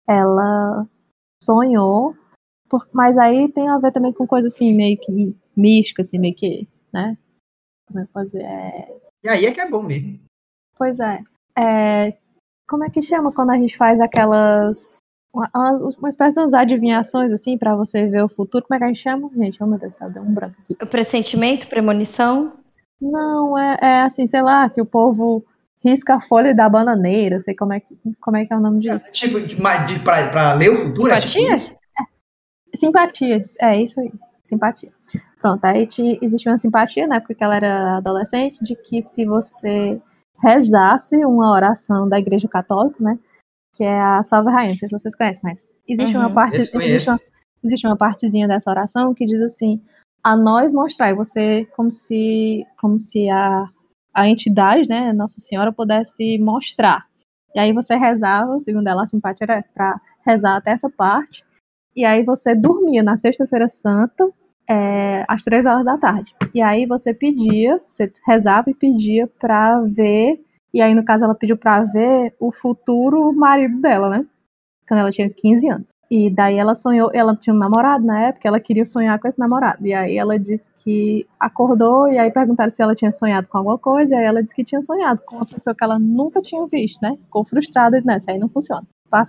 S4: ela sonhou, mas aí tem a ver também com coisa assim, meio que mística, assim, meio que, né? Como é que pode dizer?
S1: E aí é que é bom mesmo.
S4: Pois é. Como é que chama quando a gente faz aquelas. Uma espécie de umas adivinhações, assim, pra você ver o futuro? Como é que a gente chama? Gente, oh meu Deus do céu, deu um branco aqui.
S3: O pressentimento, premonição.
S4: Não, é assim, sei lá, que o povo risca a folha da bananeira, sei como é que é o nome disso.
S1: Tipo, pra ler o futuro, é tipo
S3: Simpatia?
S1: isso?
S4: Simpatia, é isso aí, simpatia. Pronto, aí existe uma simpatia, né, porque ela era adolescente, de que se você rezasse uma oração da Igreja Católica, né, que é a Salve Rainha, não sei se vocês conhecem, mas existe uma parte, existe uma partezinha dessa oração que diz assim: a nós mostrar, e você como se a entidade, né, Nossa Senhora, pudesse mostrar. E aí você rezava, segundo ela, a simpatia era essa, para rezar até essa parte, e aí você dormia na Sexta-feira Santa, às 3 horas da tarde. E aí você rezava e pedia para ver, e aí no caso ela pediu para ver o futuro marido dela, né? Quando ela tinha 15 anos. E daí ela sonhou, ela tinha um namorado na época, ela queria sonhar com esse namorado. E aí ela disse que acordou, e aí perguntaram se ela tinha sonhado com alguma coisa, e aí ela disse que tinha sonhado com uma pessoa que ela nunca tinha visto, né? Ficou frustrada nessa, aí não funciona.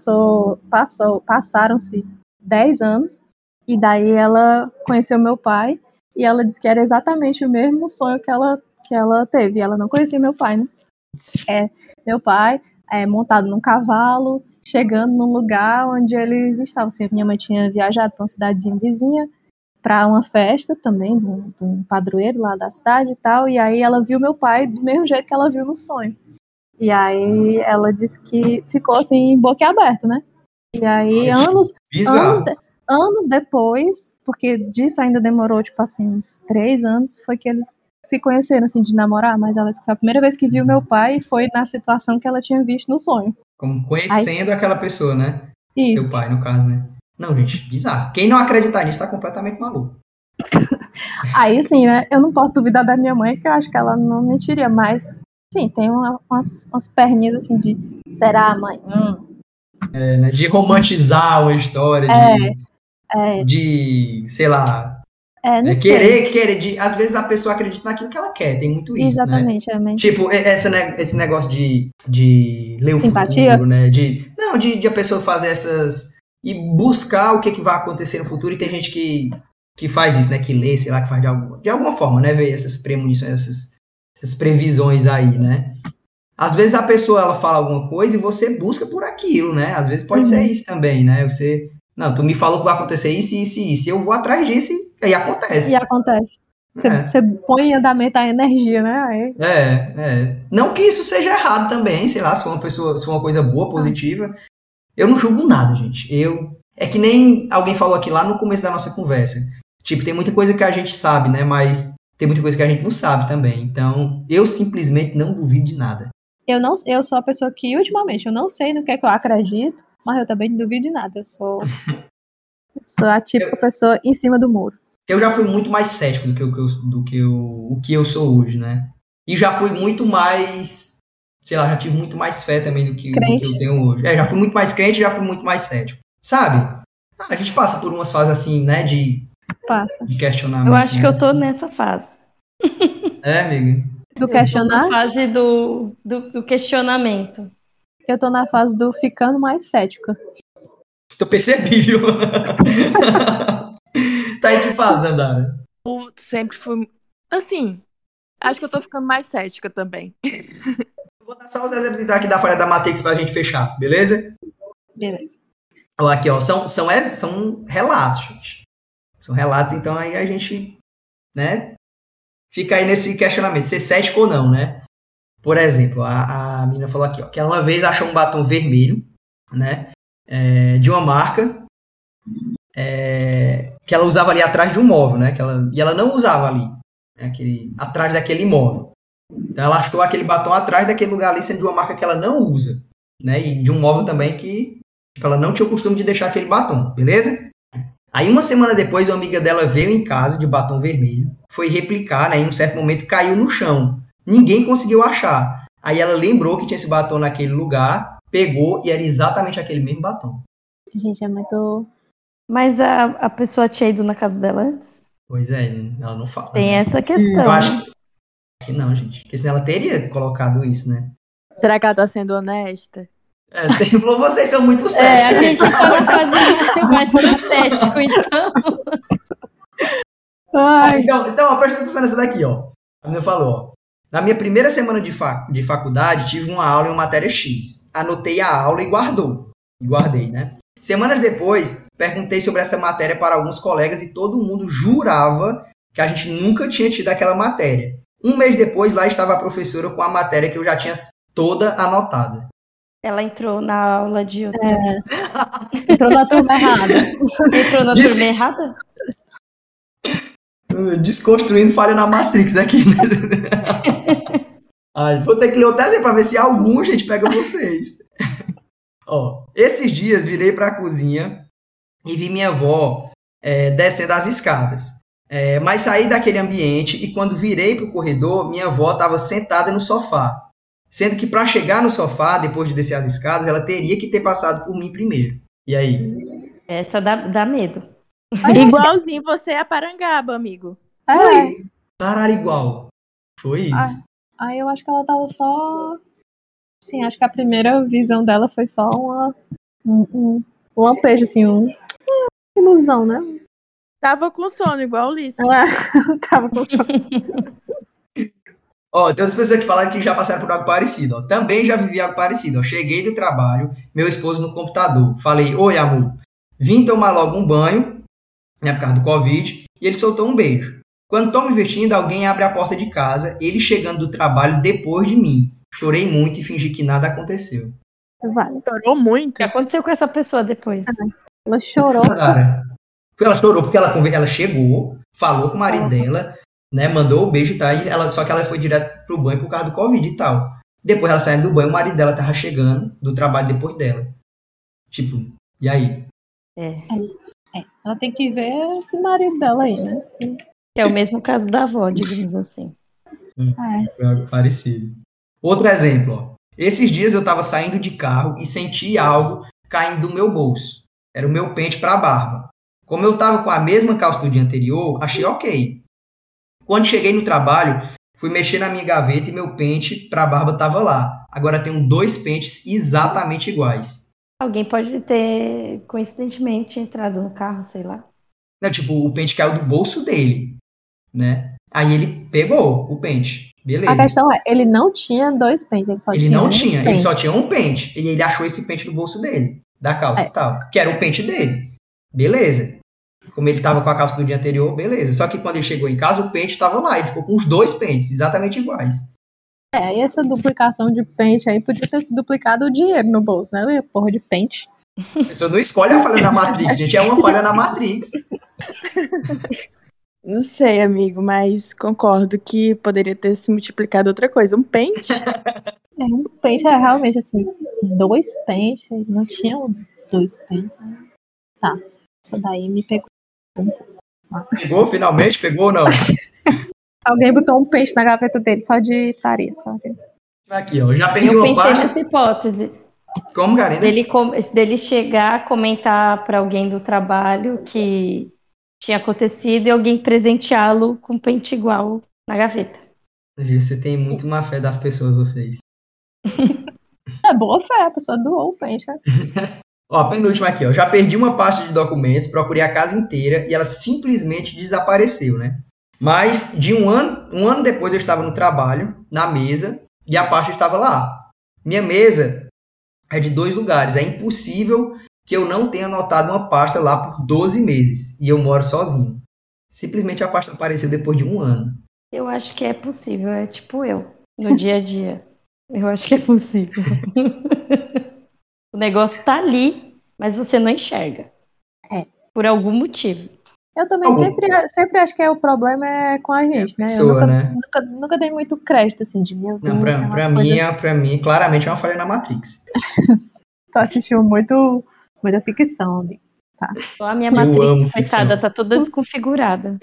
S4: Passaram-se 10 anos, e daí ela conheceu meu pai, e ela disse que era exatamente o mesmo sonho que ela teve. E ela não conhecia meu pai, né? Meu pai montado num cavalo, chegando num lugar onde eles estavam. Assim, minha mãe tinha viajado para uma cidadezinha vizinha, para uma festa também, de um padroeiro lá da cidade e tal, e aí ela viu meu pai do mesmo jeito que ela viu no sonho. E aí ela disse que ficou assim, boquiaberta, né? E aí, anos depois, porque disso ainda demorou, tipo assim, uns 3 anos, foi que eles se conheceram, assim, de namorar, mas ela disse que a primeira vez que viu meu pai foi na situação que ela tinha visto no sonho.
S1: Como conhecendo aquela pessoa, né?
S4: Isso.
S1: Seu pai, no caso, né? Não, gente, bizarro. Quem não acreditar nisso tá completamente maluco.
S4: Aí, assim, né, eu não posso duvidar da minha mãe, que eu acho que ela não mentiria, mas, sim, tem umas perninhas, assim, de, será, mãe?
S1: Né? De romantizar uma história, de sei lá,
S4: não
S1: querer,
S4: sei.
S1: às vezes a pessoa acredita naquilo que ela quer, tem muito isso,
S4: Exatamente,
S1: né? Tipo, esse negócio de ler o
S4: simpatia?
S1: futuro, né? De a pessoa fazer e buscar o que vai acontecer no futuro, e tem gente que faz isso, né? Que lê, sei lá, que faz de alguma forma, né? Ver essas premonições, essas previsões aí, né? Às vezes a pessoa ela fala alguma coisa e você busca por aquilo, né? Às vezes pode ser isso também, né? Você Não, tu me falou que vai acontecer isso, isso e isso. Eu vou atrás disso e aí acontece.
S4: E acontece. Você põe em andamento a energia, né? Aí...
S1: Não que isso seja errado também, sei lá, se for uma coisa boa, positiva. Eu não julgo nada, gente. É que nem alguém falou aqui lá no começo da nossa conversa. Tipo, tem muita coisa que a gente sabe, né? Mas tem muita coisa que a gente não sabe também. Então, eu simplesmente não duvido de nada.
S4: Eu sou a pessoa que, ultimamente, eu não sei no que é que eu acredito, mas eu também não duvido de nada. Eu sou a típica pessoa em cima do muro.
S1: Eu já fui muito mais cético do que eu sou hoje, né? E já fui muito mais, sei lá, já tive muito mais fé também do que eu tenho hoje. Já fui muito mais crente, já fui muito mais cético. Sabe? A gente passa por umas fases assim, né, de questionamento.
S3: Eu acho que eu tô nessa fase.
S1: Amiga?
S4: Do questionar?
S3: Eu tô na fase do questionamento.
S4: Eu tô na fase do ficando mais cética.
S1: Tu percebi, viu? Tá em que fase, Dandara?
S2: Eu sempre fui. Assim, acho que eu tô ficando mais cética também.
S1: Vou dar só os exemplos aqui da falha da Matrix pra gente fechar, beleza?
S4: Beleza.
S1: Ó, aqui, ó, são relatos, gente. São relatos, então aí a gente, né, fica aí nesse questionamento, ser cético ou não, né? Por exemplo, a menina falou aqui, ó, que ela uma vez achou um batom vermelho, né, de uma marca, que ela usava ali atrás de um móvel, né, e ela não usava ali, né, atrás daquele móvel. Então ela achou aquele batom atrás daquele lugar ali, sendo de uma marca que ela não usa, né, e de um móvel também que ela não tinha o costume de deixar aquele batom, beleza? Aí uma semana depois, uma amiga dela veio em casa de batom vermelho, foi replicar, né, e em um certo momento caiu no chão. Ninguém conseguiu achar. Aí ela lembrou que tinha esse batom naquele lugar, pegou e era exatamente aquele mesmo batom.
S4: Gente, é muito...
S3: Mas a pessoa tinha ido na casa dela antes?
S1: Pois é, ela não fala.
S3: Tem, né, essa questão.
S1: Eu acho que não, gente. Porque senão ela teria colocado isso, né?
S2: Será que ela tá sendo honesta?
S1: Vocês são muito sérios.
S3: A gente tá na fase mais cético, então.
S1: Então, presta atenção nessa daqui, ó. A menina falou, ó. Na minha primeira semana de faculdade, tive uma aula em uma matéria X. Anotei a aula e guardei, né? Semanas depois, perguntei sobre essa matéria para alguns colegas e todo mundo jurava que a gente nunca tinha tido aquela matéria. Um mês depois, lá estava a professora com a matéria que eu já tinha toda anotada.
S3: Ela entrou na aula de outra.
S4: Entrou na turma errada.
S3: Entrou na turma errada?
S1: Desconstruindo falha na Matrix aqui, né? Vou ter que ler outro exemplo para ver se algum, gente, pega vocês. Ó, esses dias virei para a cozinha e vi minha avó descendo as escadas. Mas saí daquele ambiente e quando virei para o corredor, minha avó estava sentada no sofá. Sendo que para chegar no sofá, depois de descer as escadas, ela teria que ter passado por mim primeiro. E aí?
S3: Essa dá medo.
S2: Igualzinho você é a Parangaba, amigo.
S1: Foi. Caralho, igual. Foi isso.
S4: Aí eu acho que ela tava só... Sim, acho que a primeira visão dela foi só um lampejo, assim, uma ilusão, né?
S2: Tava com sono, igual o Ulisses.
S4: Tava com sono.
S1: Ó, tem outras pessoas que falaram que já passaram por algo parecido. Ó. Também já vivi algo parecido. Ó. Cheguei do trabalho, meu esposo no computador. Falei, oi, amor. Vim tomar logo um banho, né, por causa do Covid, e ele soltou um beijo. Quando estou me vestindo, alguém abre a porta de casa, ele chegando do trabalho depois de mim. Chorei muito e fingi que nada aconteceu.
S4: Vale.
S2: Chorou muito.
S3: O que aconteceu com essa pessoa depois?
S4: Ela chorou.
S1: Cara, ela chorou porque ela chegou, falou com o marido dela, né, mandou o beijo e tal, só que ela foi direto pro banho por causa do Covid e tal. Depois ela saindo do banho, o marido dela tava chegando do trabalho depois dela. Tipo, e aí?
S4: Ela tem que ver esse marido dela aí, né? Sim.
S3: Que é o mesmo caso da avó, digamos assim.
S1: Foi algo parecido. Outro exemplo, ó. Esses dias eu tava saindo de carro e senti algo caindo do meu bolso. Era o meu pente pra barba. Como eu tava com a mesma calça do dia anterior, achei ok. Quando cheguei no trabalho, fui mexer na minha gaveta e meu pente pra barba tava lá. Agora tenho 2 pentes exatamente iguais.
S3: Alguém pode ter, coincidentemente, entrado no carro, sei lá.
S1: Não, tipo, o pente caiu do bolso dele, né? Aí ele pegou o pente. Beleza.
S4: A questão é, ele não tinha 2 pentes,
S1: ele só tinha um pente. E ele achou esse pente no bolso dele, da calça e tal, que era o pente dele. beleza. Como ele tava com a calça do dia anterior, beleza. Só que quando ele chegou em casa, o pente tava lá. Ele ficou com os 2 pentes, exatamente iguais.
S4: E essa duplicação de pente aí podia ter se duplicado o dinheiro no bolso, né? Porra de pente.
S1: A pessoa não escolhe a falha na Matrix, gente. É uma falha na Matrix.
S2: Não sei, amigo, mas concordo que poderia ter se multiplicado outra coisa. Um pente?
S4: Um pente é realmente assim, 2 pentes, não tinha 2 pentes. Tá, isso daí me pegou.
S1: Pegou finalmente? Pegou ou não?
S4: Alguém botou um pente na gaveta dele, só de tarefa.
S1: Aqui, ó. Já perdi
S3: Eu
S1: uma
S3: pensei
S1: pasta.
S3: nessa hipótese.
S1: Como, Karina?
S3: Dele chegar, comentar para alguém do trabalho que tinha acontecido e alguém presenteá-lo com um pente igual na gaveta.
S1: Você tem muito má fé das pessoas, vocês.
S4: É boa fé, a pessoa doou o pente.
S1: Ó, penúltima aqui, ó. Já perdi uma pasta de documentos, procurei a casa inteira e ela simplesmente desapareceu, né? Mas de um ano depois eu estava no trabalho, na mesa, e a pasta estava lá. Minha mesa é de 2 lugares. É impossível que eu não tenha anotado uma pasta lá por 12 meses. E eu moro sozinho. Simplesmente a pasta apareceu depois de 1 ano.
S3: Eu acho que é possível, é tipo eu, no dia a dia. Eu acho que é possível. O negócio tá ali, mas você não enxerga. Por algum motivo.
S4: Eu também sempre acho que o problema é com a gente, né?
S1: Pessoa,
S4: eu nunca dei muito crédito, assim, de meu Deus.
S1: Não, pra mim, claramente é uma falha na Matrix.
S4: Tu assistiu muita ficção, amigo. Tá.
S3: Só a minha
S1: Eu amo
S3: matriz,
S1: ficção.
S3: coitada, tá toda desconfigurada.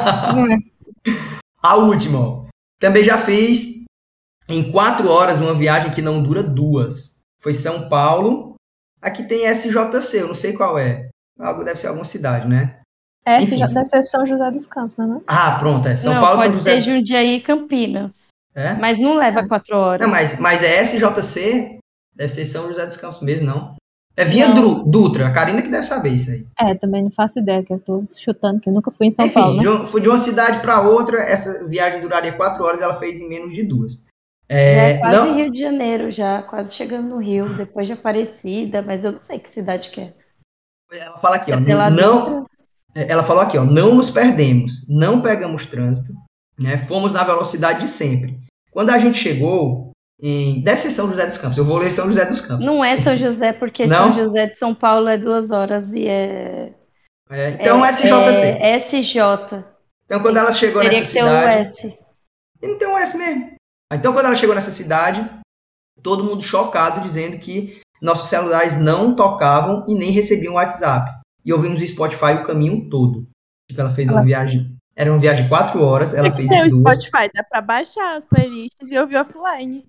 S1: A última, ó. Também já fiz em 4 horas uma viagem que não dura 2. Foi São Paulo. Aqui tem SJC, eu não sei qual é. Deve ser alguma cidade, né?
S4: Enfim. Deve ser São José dos Campos, né?
S1: Ah, pronto, é. São Paulo, São José.
S3: Pode ser Jundiaí e Campinas.
S1: É?
S3: Mas não leva 4 horas.
S1: Não, mas é SJC, deve ser São José dos Campos mesmo, não. É via Dutra, a Karina que deve saber isso aí.
S4: Também não faço ideia, que eu tô chutando, que eu nunca fui em São Paulo, né?
S1: Fui de uma cidade para outra, essa viagem duraria 4 horas, ela fez em menos de 2.
S3: É quase Rio de Janeiro já, quase chegando no Rio, depois de Aparecida, mas eu não sei que cidade que é.
S1: Ela fala aqui, ó, ela falou aqui, ó, não nos perdemos, não pegamos trânsito, né? Fomos na velocidade de sempre. Quando a gente chegou deve ser São José dos Campos, eu vou ler São José dos Campos.
S3: Não é São José, porque
S1: não?
S3: São José de São Paulo é 2 horas e
S1: então SJC.
S3: SJ.
S1: Então quando ela chegou nessa cidade...
S3: Ter o S.
S1: Não tem um S mesmo. Então quando ela chegou nessa cidade, todo mundo chocado, dizendo que nossos celulares não tocavam e nem recebiam WhatsApp. E ouvimos o Spotify o caminho todo. Tipo, ela fez uma viagem... Era uma viagem de 4 horas, ela fez em 2.
S2: O Spotify dá pra baixar as playlists e ouvir offline.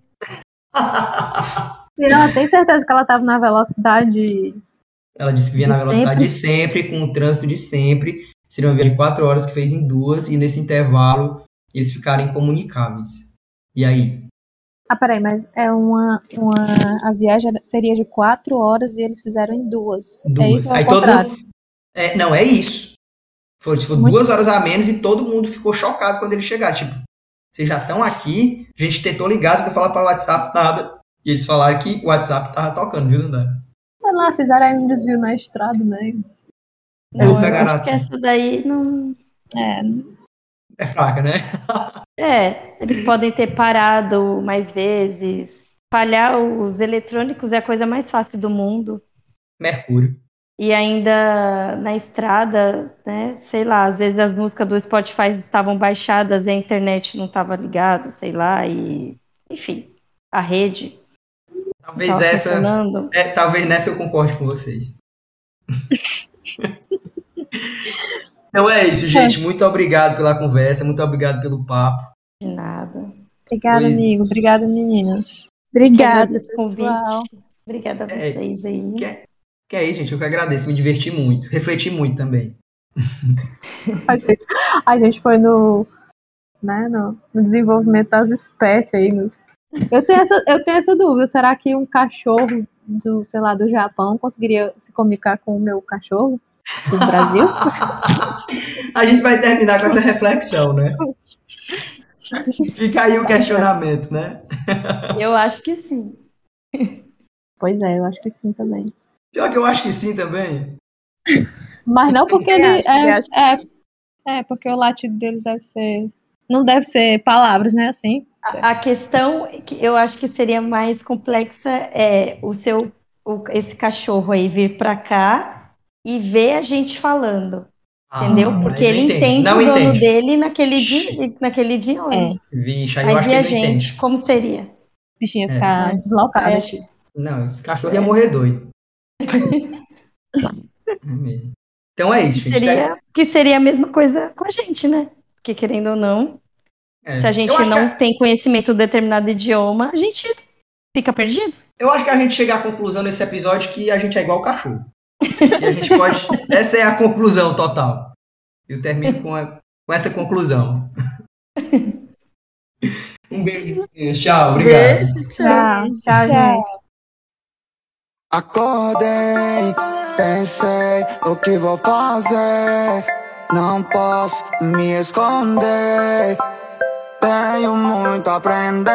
S4: E ela tem certeza que ela tava na velocidade...
S1: Ela disse que vinha na velocidade de sempre, com o trânsito de sempre. Seria uma viagem de 4 horas que fez em 2, e nesse intervalo eles ficaram incomunicáveis. E aí?
S4: Peraí, mas a viagem seria de 4 horas e eles fizeram em 2. É isso
S1: aí
S4: ao contrário?
S1: Não, é isso. Foi 2 horas a menos e todo mundo ficou chocado quando eles chegaram. Tipo, vocês já estão aqui, a gente tentou ligar, tentou falar para o WhatsApp, nada. E eles falaram que o WhatsApp tava tocando, viu, Dandara?
S4: Sei lá, fizeram aí um desvio na estrada, né?
S3: Não, eu acho que essa daí não...
S1: É fraca, né?
S3: Eles podem ter parado mais vezes. Falhar os eletrônicos é a coisa mais fácil do mundo.
S1: Mercúrio.
S3: E ainda na estrada, né? Sei lá, às vezes as músicas do Spotify estavam baixadas e a internet não estava ligada, sei lá, e enfim, a rede.
S1: Talvez talvez nessa eu concorde com vocês. Então é isso, gente. Muito obrigado pela conversa, muito obrigado pelo papo.
S3: De nada.
S4: Obrigada, amigo. Obrigada, meninas.
S2: Obrigada
S3: pelo convite. Obrigada a vocês aí.
S1: Que é isso, gente. Eu que agradeço. Me diverti muito. Refleti muito também.
S4: A gente foi no desenvolvimento das espécies aí. Eu tenho essa dúvida. Será que um cachorro do Japão conseguiria se comunicar com o meu cachorro do Brasil?
S1: A gente vai terminar com essa reflexão, né? Fica aí o questionamento, né?
S3: Eu acho que sim.
S4: Pois é, eu acho que sim também.
S1: Pior que eu acho que sim também.
S4: Mas não porque ele
S2: acho que
S4: porque o latido deles não deve ser palavras, né, assim.
S3: A questão que eu acho que seria mais complexa é esse cachorro aí vir pra cá e ver a gente falando, entendeu? Porque
S1: aí eu
S3: ele
S1: entendo.
S3: entende
S1: Não
S3: o dono
S1: entende.
S3: dele naquele idioma.
S1: Vixe, aí eu
S3: Mas
S1: acho
S3: e
S1: que
S3: a
S1: ele não
S3: gente,
S1: entende.
S3: como seria?
S4: O bichinho ia
S1: É.
S4: ficar deslocado
S3: É.
S4: aqui.
S1: Não, esse cachorro ia morrer doido. Então é isso, gente.
S3: Que seria a mesma coisa com a gente, né? Porque querendo ou não, se a
S1: Eu
S3: gente
S1: acho
S3: não
S1: que,
S3: tem conhecimento de determinado idioma, a gente fica perdido.
S1: eu acho que a gente chega à conclusão nesse episódio que a gente é igual o cachorro. E a gente pode. Essa é a conclusão total. Eu termino com essa conclusão. Um beijo. Tchau, obrigado.
S3: Beijo,
S4: Tchau, gente.
S5: Acordei, pensei o que vou fazer. Não posso me esconder. Tenho muito a aprender.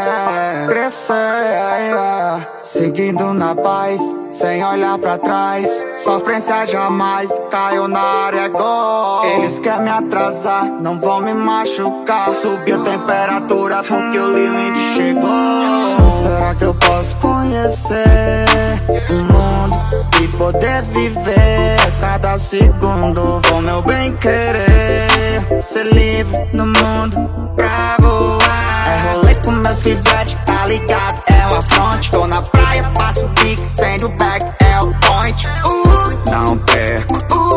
S5: Crescer, seguindo na paz, sem olhar pra trás. Sofrência jamais caiu na área, gol. Eles querem me atrasar, não vão me machucar. Subiu a temperatura porque o Lewin chegou. Será que eu posso conhecer o mundo e poder viver cada segundo com meu bem querer? Ser livre no mundo pra voar. É rolê com meus pivetes, tá ligado? É uma fronte. Tô na praia, passo o pique, sendo o back, é o point. Não perco,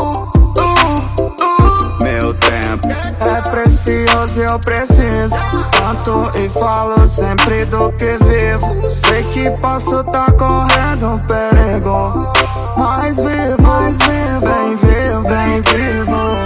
S5: meu tempo é precioso e eu preciso. Canto e falo sempre do que vivo. Sei que posso tá correndo perigo, mas vivo, vem vivo, vem vivo.